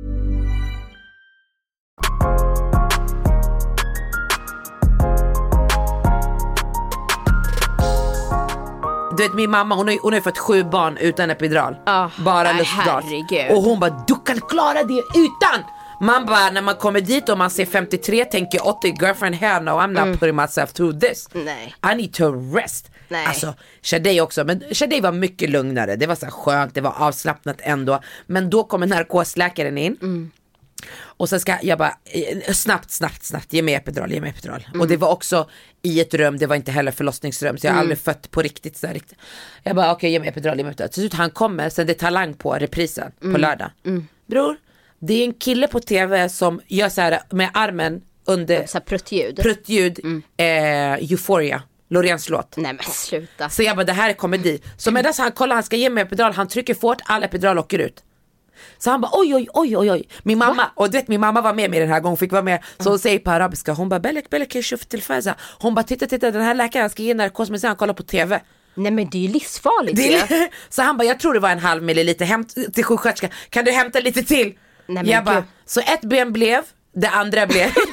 Du vet, min mamma, hon har ju fått 7 barn utan epidural. Bara lustgas. Och hon bara, du kan klara det utan. Man bara, när man kommer dit och man ser 53, tänker 80, girlfriend, hell no, I'm not putting myself through this. Nej. I need to rest. Nej. Alltså, Shadej också, men Shadej var mycket lugnare. Det var så här skönt, det var avslappnat ändå. Men då kommer narkosläkaren in. Och sen ska jag bara, snabbt, ge mig epidural. Och det var också i ett rum, det var inte heller förlossningsrum. Så jag har aldrig fött på riktigt så här riktigt. Jag bara, okej, ge mig epidural. Så han kommer, sen det talang på reprisen på lördag. Bror, det är en kille på tv som gör så här med armen under så här pruttljud. Euphoria, Loreens låt. Nej men sluta. Så jag bara, det här är komedi. Så medan han kollar, han ska ge mig epidural, han trycker fort, all epidural åker ut. Så han bara, oj. Min mamma, och du vet, min mamma var med mig den här gången, fick vara med. Så hon säger på arabiska, hon bara, Belek, shuf till faza. Hon bara, titta, den här läkaren ska ge narkos, men sen han kollar på tv. Nej men det är ju livsfarligt. Så han bara, jag tror det var 1/2 milliliter, hämt till sjuksköterskan. Kan du hämta lite till? Nej, jag bara, så ett ben blev, det andra blev inte.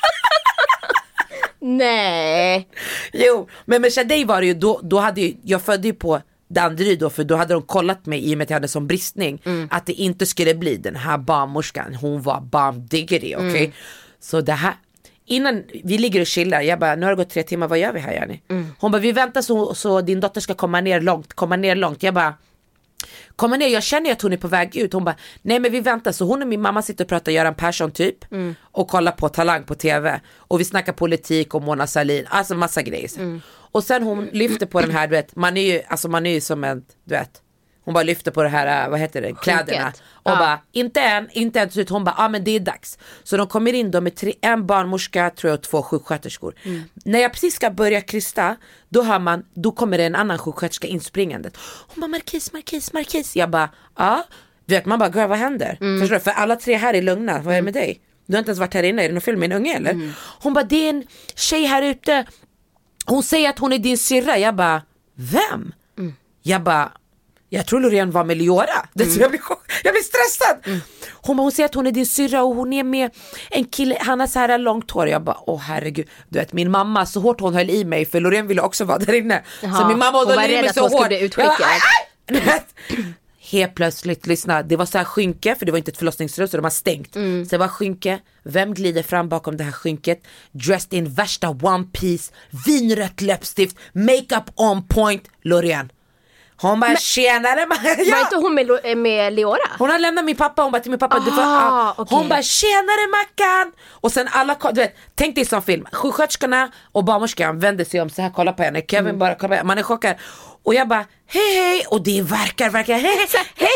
Nej. Jo, men med Shadej var det ju, då hade ju, jag födde ju på Danderyd då, för då hade de kollat mig, i och med att jag hade som bristning, att det inte skulle bli den här barnmorskan. Hon var barndiggeri, okej? Så det här, innan vi ligger och chillar, jag bara, nu har det gått 3 timmar, vad gör vi här, Jenny? Hon bara, vi väntar så din dotter ska komma ner långt. Jag bara, kommer ner, jag känner att hon är på väg ut. Hon bara, nej men vi väntar. Så hon och min mamma sitter och pratar Göran Persson typ och kollar på Talang på tv. Och vi snackar politik och Mona Sahlin, alltså massa grejer. Och sen hon lyfter på den här, du vet, man är ju som en, du vet, hon bara lyfter på det här, vad heter det, kläderna. Och bara, inte än, så hon bara, men det är dags. Så de kommer in då med en barnmorska, tror jag, och 2 sjuksköterskor. När jag precis ska börja krysta, då kommer det en annan sjuksköterska inspringande. Hon bara, Markis. Jag bara, du vet, man bara, girl, vad händer? Förstår du? För alla 3 här är lugna, vad är det med dig? Du har inte ens varit här inne, är det någon film med en unge eller? Hon bara, det är en tjej här ute. Hon säger att hon är din syrra. Jag bara, vem? Jag bara, jag tror Loreen var med Liora. Jag blir stressad. Hon säger att hon är din syrra och hon är med en kille, han har så här långt hår. Jag bara, herregud. Du vet, min mamma, så hårt hon höll i mig, för Loreen ville också vara där inne. Så min mamma höll i mig så hårt. Helt plötsligt, lyssna, det var så här skynke, för det var inte ett förlossningsrum, så de har stängt. Så det var skynke, vem glider fram bakom det här skynket? Dressed in värsta one piece, vinrött läppstift, makeup on point, Loreen. Hon bara, tjenare Mackan. Var inte hon med Leora? Hon har lämnat min pappa, hon bara till min pappa okay. Hon bara, tjenare Mackan. Och sen alla, du vet, tänk dig som film. Sjuksköterskorna och barnmorskan vänder sig om så här, kollar på henne. Kevin bara kollar på henne, man är chockad. Och jag bara, hej. Och det verkar hej.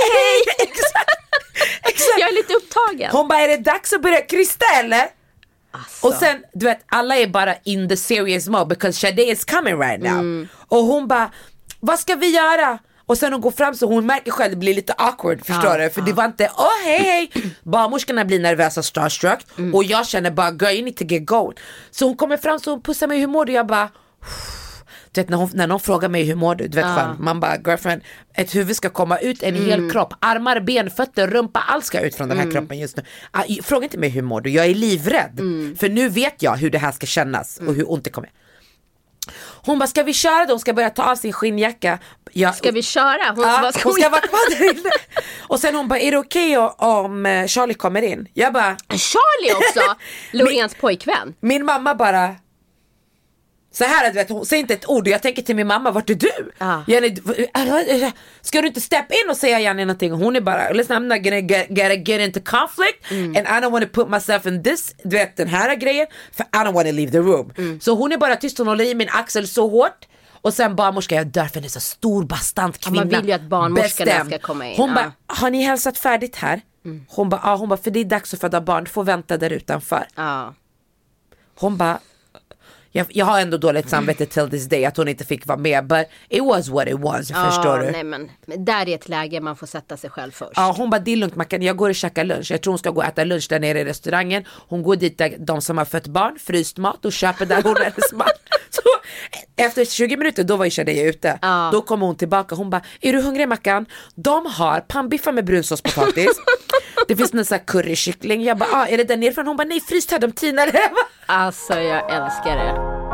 Exakt. Jag är lite upptagen. Hon bara, är det dags att börja krysta eller? Alltså. Och sen, du vet, alla är bara in the serious mode because Shade is coming right now. Och hon bara, vad ska vi göra? Och sen hon går fram så hon märker själv det blir lite awkward, förstår du? För det var inte, hej. Barnmorskorna blir nervösa, starstruck. Och jag känner bara, girl you need to get going. Så hon kommer fram så hon pussar mig, hur mår du? Jag bara, du vet när någon frågar mig hur mår du, du vet själv, man bara, girlfriend, ett huvud ska komma ut, en hel kropp, armar, ben, fötter, rumpa, allt ska ut från den här kroppen just nu. Fråga inte mig hur mår du, jag är livrädd. För nu vet jag hur det här ska kännas och hur ont det kommer. Hon bara, ska vi köra då? Hon ska börja ta av sin skinnjacka. Ska vi köra? Hon ska vara kvar där inne. Och sen hon bara, är det okej om Charlie kommer in? Jag bara, Charlie också? Loreens pojkvän. Min mamma bara, så här, du vet, hon säger inte ett ord. Jag tänker till min mamma, vart är du? Jenny, ska du inte steppa in och säga Jenny någonting? Hon är bara, listen, I'm not gonna get into conflict and I don't want to put myself in this, du vet, den här grejen, för I don't want to leave the room. Så hon är bara tyst, hon håller i min axel så hårt. Och sen barnmorskan, jag dör för en så stor bastant kvinna. Man vill ju att barnmorskorna ska komma in. Hon bara, har ni hälsat färdigt här? Hon bara, för det är dags att föda barn, du får vänta där utanför. Hon bara, jag har ändå dåligt samvete till this day att hon inte fick vara med, but it was what it was, förstår du? Nej, men där är ett läge man får sätta sig själv först. Ja, hon bara, det är lugnt Mackan, jag går och käkar lunch. Jag tror hon ska gå och äta lunch där nere i restaurangen. Hon går dit där de som har fött barn, fryst mat, och köper där hon hennes mat. Så efter 20 minuter, då var ju Shade ute. Då kom hon tillbaka, hon bara, är du hungrig Mackan? De har pannbiffar med brunsåspotatis. Det finns någon sån här currykyckling. Jag bara, är det där nerifrån? Hon bara, nej, fryst här, de tinar det. Alltså jag älskar det.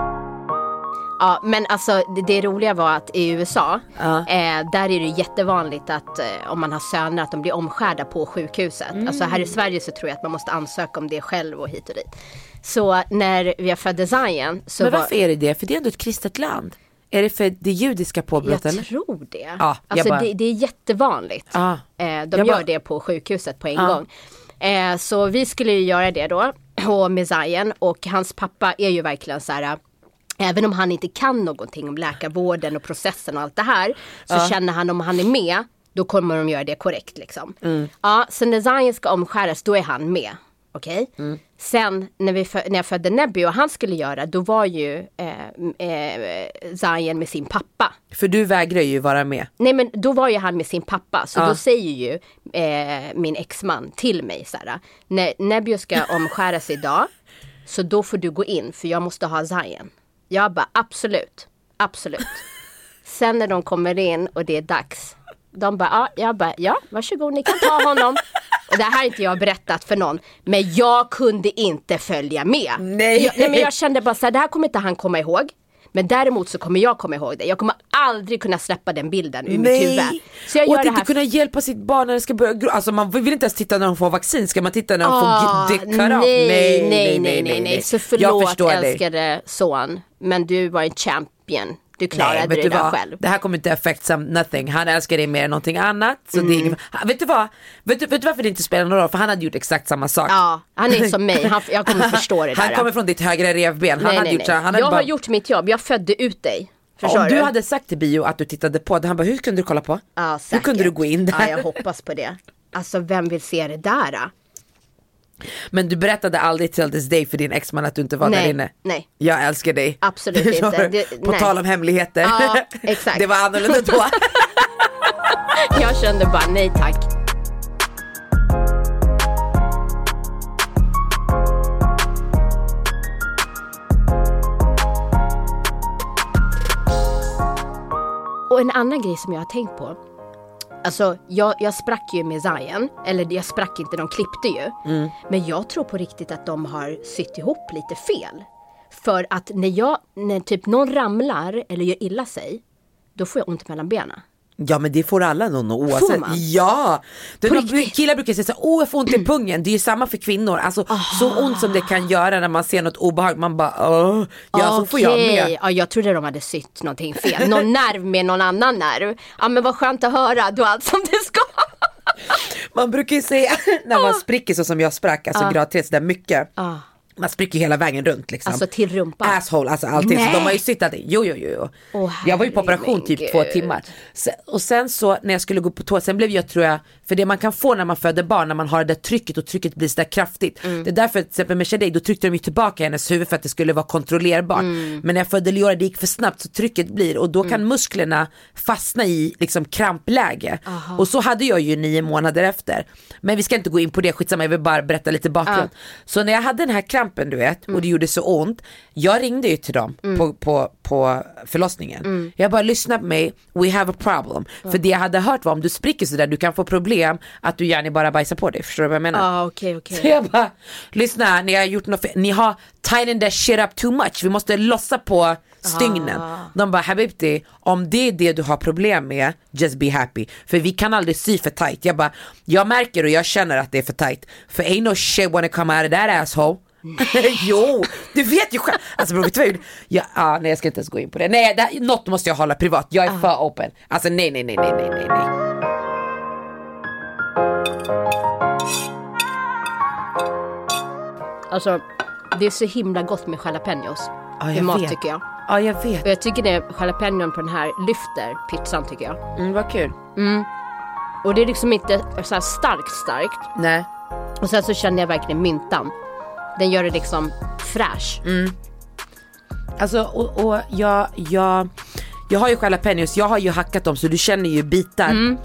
Ja, men alltså det roliga var att i USA där är det jättevanligt att om man har söner att de blir omskärda på sjukhuset. Alltså här i Sverige så tror jag att man måste ansöka om det själv och hit och dit. Så när vi har född Zion så men varför är det? För det är ändå ett kristet land. Är det för det judiska påbrott eller? Jag tror det. Alltså det är jättevanligt. De gör det på sjukhuset på en gång. Så vi skulle ju göra det då med Zion, och hans pappa är ju verkligen så här, även om han inte kan någonting om läkarvården och processen och allt det här, så känner han om han är med, då kommer de göra det korrekt liksom. Så när Zion ska omskäras, då är han med. Okej? Sen när jag födde Nebby och han skulle göra, då var ju Zion med sin pappa. För du vägrar ju vara med. Nej, men då var ju han med sin pappa. Så då säger ju min exman till mig så här, när Nebby ska omskäras idag, så då får du gå in, för jag måste ha Zion. Jag bara, absolut. Sen när de kommer in och det är dags, de bara, varsågod, ni kan ta honom. Och det här har inte jag berättat för någon, men jag kunde inte följa med. Nej, men jag kände bara så här, det här kommer inte han komma ihåg. Men däremot så kommer jag komma ihåg det. Jag kommer aldrig kunna släppa den bilden ur mitt huvud. Så jag och gör att det här inte kunna hjälpa sitt barn när det ska börja. Alltså man vill inte ens titta när de får vaccin. Ska man titta när de får dickar av? Nej. Så förlåt, älskade son. Men du var en champion. Du klarade det där själv. Det här kommer inte affect nothing. Han älskar dig mer än någonting annat. Så det är ingen... Vet du vad? Vet du varför det inte spelar någon roll? För han hade gjort exakt samma sak. Ja, han är som mig. Jag kommer förstå det där. Han kommer från ditt högra revben. Jag har gjort mitt jobb. Jag födde ut dig. Om du hade sagt till Bio att du tittade på det, han bara, hur kunde du kolla på? Ja, hur kunde du gå in där? Ja, jag hoppas på det. Alltså, vem vill se det där då? Men du berättade aldrig till this day för din exman att du inte var där inne. Nej. Jag älskar dig. Absolut inte. På tal om hemligheter. Ja, exakt. Det var annorlunda då. Jag kände bara, nej tack. Och en annan grej som jag har tänkt på. Alltså jag sprack ju med Zion. Eller jag sprack inte, de klippte ju. Men jag tror på riktigt att de har sytt ihop lite fel. För att när typ någon ramlar eller gör illa sig, då får jag ont mellan benen. Ja, men det får alla någon oavsett. Får man? Ja. Killar brukar säga så här, jag får ont i pungen. Det är ju samma för kvinnor. Alltså så ont som det kan göra när man ser något obehag. Man bara, ja, så får jag med. Ja, jag trodde de hade sytt någonting fel. Någon nerv med någon annan nerv. Ja, men vad skönt att höra. Du har allt som det ska. Man brukar ju säga när man spricker så som jag sprack, alltså grad 3 så där mycket. Man spricker hela vägen runt liksom. Alltså till rumpan. Asshole, alltså allting. Så de har ju syttat det. Jo. Jag var ju på operation typ 2 timmar. Och sen så när jag skulle gå på tå, sen blev jag, tror jag, för det man kan få när man föder barn, när man har det där trycket och trycket blir så där kraftigt. Det är därför till exempel med Shadej, då tryckte de ju tillbaka hennes huvud för att det skulle vara kontrollerbart. Men när jag födde Leora, det gick för snabbt så trycket blir, och då kan musklerna fastna i liksom krampläge. Och så hade jag ju 9 månader efter. Men vi ska inte gå in på det, skitsamma, jag vill bara berätta lite bakgrund. Så när jag hade den här krampen, du vet, och det gjorde så ont, jag ringde ju till dem på förlossningen. Jag bara, lyssna på mig, we have a problem. För det jag hade hört var, om du spricker så där, du kan få problem att du gärna bara bajsar på dig. Förstår du vad jag menar? Okej. Så jag bara, lyssna, ni har gjort något fel. Ni har tightened that shit up too much. Vi måste lossa på stygnen. De bara, Habibti, om det är det du har problem med, just be happy. För vi kan aldrig sy för tight. Jag bara, jag märker och jag känner att det är för tight. För ain't no shit wanna come out of that asshole. Jo, du vet ju själv. Alltså bro, vet du vad? Nej, jag ska inte ens gå in på det. Nej, något måste jag hålla privat. Jag är för open. Alltså nej. Alltså, det är så himla gott med jalapenos i mat, tycker jag. Ja, jag vet. Och jag tycker det, jalapenon på den här lyfter pizzan, tycker jag. Vad kul. Och det är liksom inte så här starkt. Nej. Och sen så känner jag verkligen myntan. Den gör det liksom fräsch. Alltså, och jag har ju jalapenos, jag har ju hackat dem, så du känner ju bitar.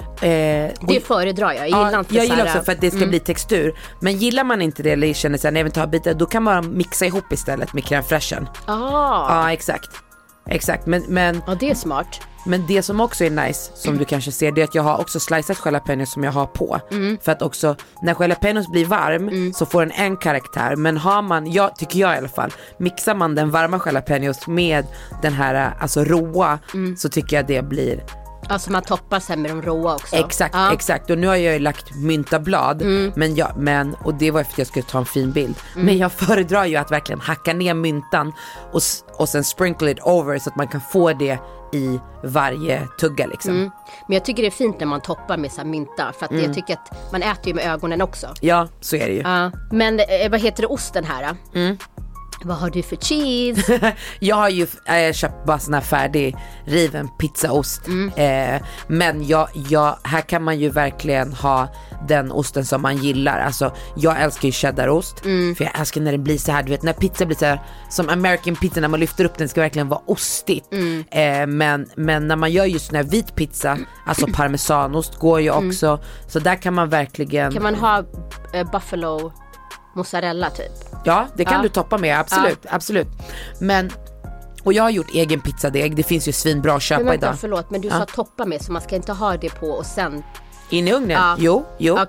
Det föredrar jag. Jag gillar också för att det ska bli textur. Men gillar man inte det eller känner sig när jag vill ta bitar, då kan man mixa ihop istället med crème fraîchen. Ja, exakt. Men det är smart. Men det som också är nice, som du kanske ser, det är att jag har också slicat jalapenos som jag har på. För att också, när jalapenos blir varm så får den en karaktär. Men har man, tycker jag i alla fall, mixar man den varma jalapenos med den här alltså råa, så tycker jag det blir... Alltså man toppar sen med de råa också. Exakt. Och nu har jag ju lagt myntablad, och det var för att jag skulle ta en fin bild. Men jag föredrar ju att verkligen hacka ner myntan och sen sprinkle it over så att man kan få det i varje tugga liksom. Men jag tycker det är fint när man toppar med så här mynta, för att jag tycker att man äter ju med ögonen också. Ja, så är det ju. Men vad heter det, osten här? Vad har du för cheese? Jag har ju köpt bara sån här färdig riven pizzaost. Men här kan man ju verkligen ha den osten som man gillar. Alltså jag älskar ju cheddarost. För jag älskar när det blir så här, du vet, när pizza blir så här som American pizza, när man lyfter upp den ska verkligen vara ostigt. Men när man gör just sån här vit pizza, alltså parmesanost går ju också. Så där kan man verkligen... Kan man ha buffalo mozzarella typ? Ja, det kan du toppa med, absolut. Men, och jag har gjort egen pizzadeg, det finns ju svinbra att köpa idag. Förlåt, men du sa toppa med, så man ska inte ha det på och sen... In i ugnen? Jo,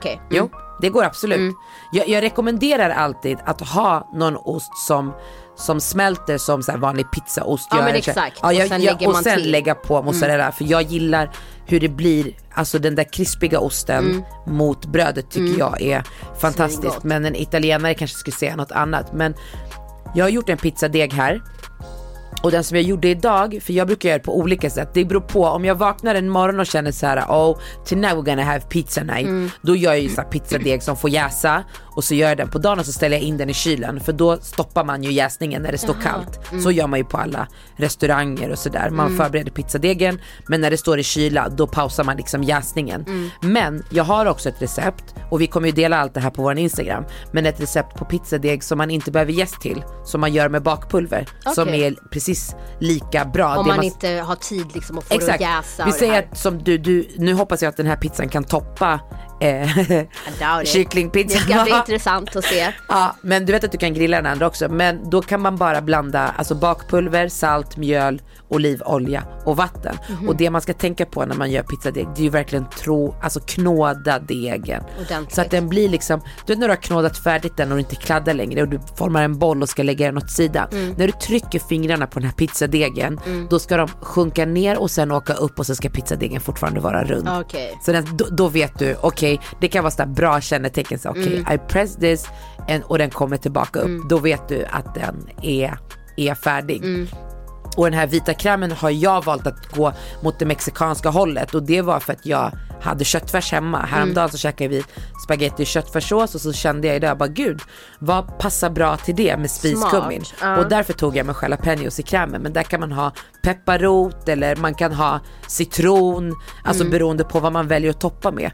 det går absolut. Jag rekommenderar alltid att ha någon ost som smälter som så här vanlig pizzaost. Ja, men exakt. Och sen lägga på mozzarella. För jag gillar hur det blir, alltså den där krispiga osten mot brödet tycker jag är fantastiskt. Men en italienare kanske skulle säga något annat. Men jag har gjort en pizzadeg här. Och den som jag gjorde idag, för jag brukar göra det på olika sätt. Det beror på, om jag vaknar en morgon och känner så här, tonight we're gonna have pizza night. Då gör jag ju så här pizzadeg som får jäsa. Och så gör jag den på dagen och så ställer jag in den i kylen. För då stoppar man ju jäsningen när det står kallt. Så gör man ju på alla restauranger och sådär. Man förbereder pizzadegen, men när det står i kyla, då pausar man liksom jäsningen. Men jag har också ett recept, och vi kommer ju dela allt det här på vår Instagram. Men ett recept på pizzadeg som man inte behöver jäst till, som man gör med bakpulver. Som är precis lika bra. Om man inte har tid liksom att få det att jäsa. Vi säger att som du, nu hoppas jag att den här pizzan kan toppa kycklingpizza. Det ska bli intressant att se. Ja, men du vet att du kan grilla den andra också. Men då kan man bara blanda alltså bakpulver, salt, mjöl, olivolja och vatten. Och det man ska tänka på när man gör pizzadeg, det är ju verkligen knåda degen. Ordentligt. Så att den blir liksom, du vet när du har knådat färdigt den och du inte kladdar längre och du formar en boll och ska lägga den åt sidan. När du trycker fingrarna på den här pizzadegen, då ska de sjunka ner och sen åka upp och så ska pizzadegen fortfarande vara rund. Okay. Så då vet du, okej, det kan vara så bra kännetecken. Så I press this och den kommer tillbaka upp. Då vet du att den är färdig. Och den här vita krämen har jag valt att gå mot det mexikanska hållet. Och det var för att jag hade köttfärs hemma. Häromdagen så käkade vi spaghetti och köttfärssås. Och så kände jag idag, bara gud, vad passar bra till det med spiskummin? Och därför tog jag med jalapenos i krämen. Men där kan man ha pepparrot eller man kan ha citron. Alltså beroende på vad man väljer att toppa med.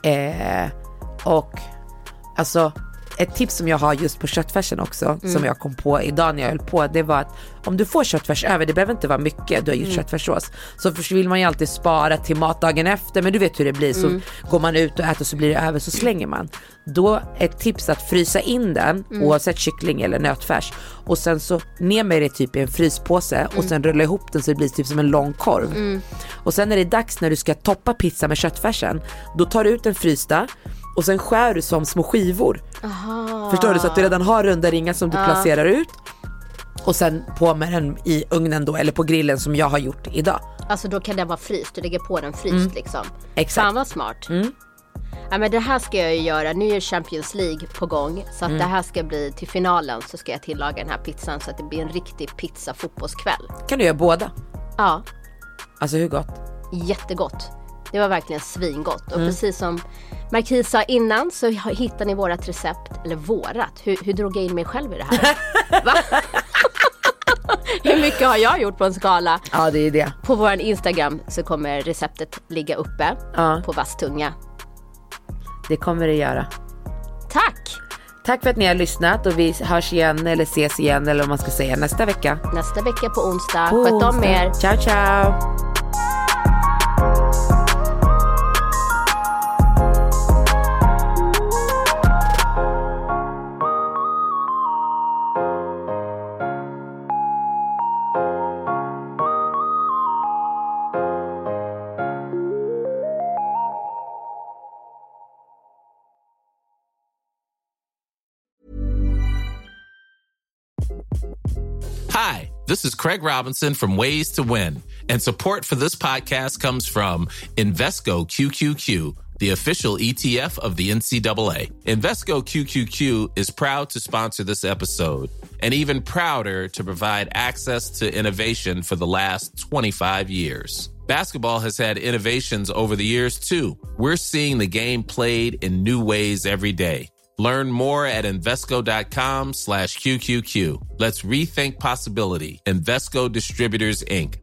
Och alltså... Ett tips som jag har just på köttfärsen också, som jag kom på idag när jag höll på, det var att om du får köttfärs över, det behöver inte vara mycket, du har gjort köttfärssås, så vill man ju alltid spara till matdagen efter, men du vet hur det blir, så går man ut och äter så blir det över, så slänger man. Då ett tips att frysa in den, oavsett kyckling eller nötfärs, och sen så ner med det typ i en fryspåse och sen rulla ihop den så det blir typ som en lång korv. Och sen är det dags när du ska toppa pizza med köttfärsen, då tar du ut den frysta och sen skär du som små skivor. Aha. Förstår du? Så att du redan har runda ringar som du placerar ut. Och sen på med den i ugnen då, eller på grillen som jag har gjort idag. Alltså då kan den vara fryst, du lägger på den fryst liksom. Exakt. Fan vad smart. Ja, men det här ska jag ju göra. Nu är Champions League på gång. Så att det här ska bli till finalen, så ska jag tillaga den här pizzan så att det blir en riktig pizza-fotbollskväll. Kan du göra båda? Ja. Alltså hur gott? Jättegott. Det var verkligen svingott. Och precis som Marquis sa innan, så hittar ni vårat recept. Eller vårat. Hur drog jag in mig själv i det här? Va? Hur mycket har jag gjort på en skala? Ja, det är det. På vår Instagram så kommer receptet ligga uppe på vass tunga. Det kommer det göra. Tack! Tack för att ni har lyssnat, och vi hörs igen eller ses igen, eller vad man ska säga, nästa vecka. Nästa vecka på onsdag. Sköt om er. Ciao, ciao. Hi, this is Craig Robinson from Ways to Win, and support for this podcast comes from Invesco QQQ, the official ETF of the NCAA. Invesco QQQ is proud to sponsor this episode, and even prouder to provide access to innovation for the last 25 years. Basketball has had innovations over the years, too. We're seeing the game played in new ways every day. Learn more at Invesco.com/QQQ. Let's rethink possibility. Invesco Distributors, Inc.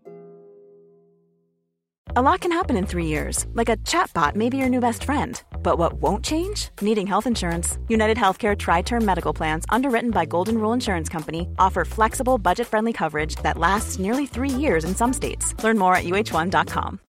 A lot can happen in 3 years, like a chatbot may be your new best friend. But what won't change? Needing health insurance. United Healthcare Tri-Term Medical Plans, underwritten by Golden Rule Insurance Company, offer flexible, budget-friendly coverage that lasts nearly 3 years in some states. Learn more at UH1.com.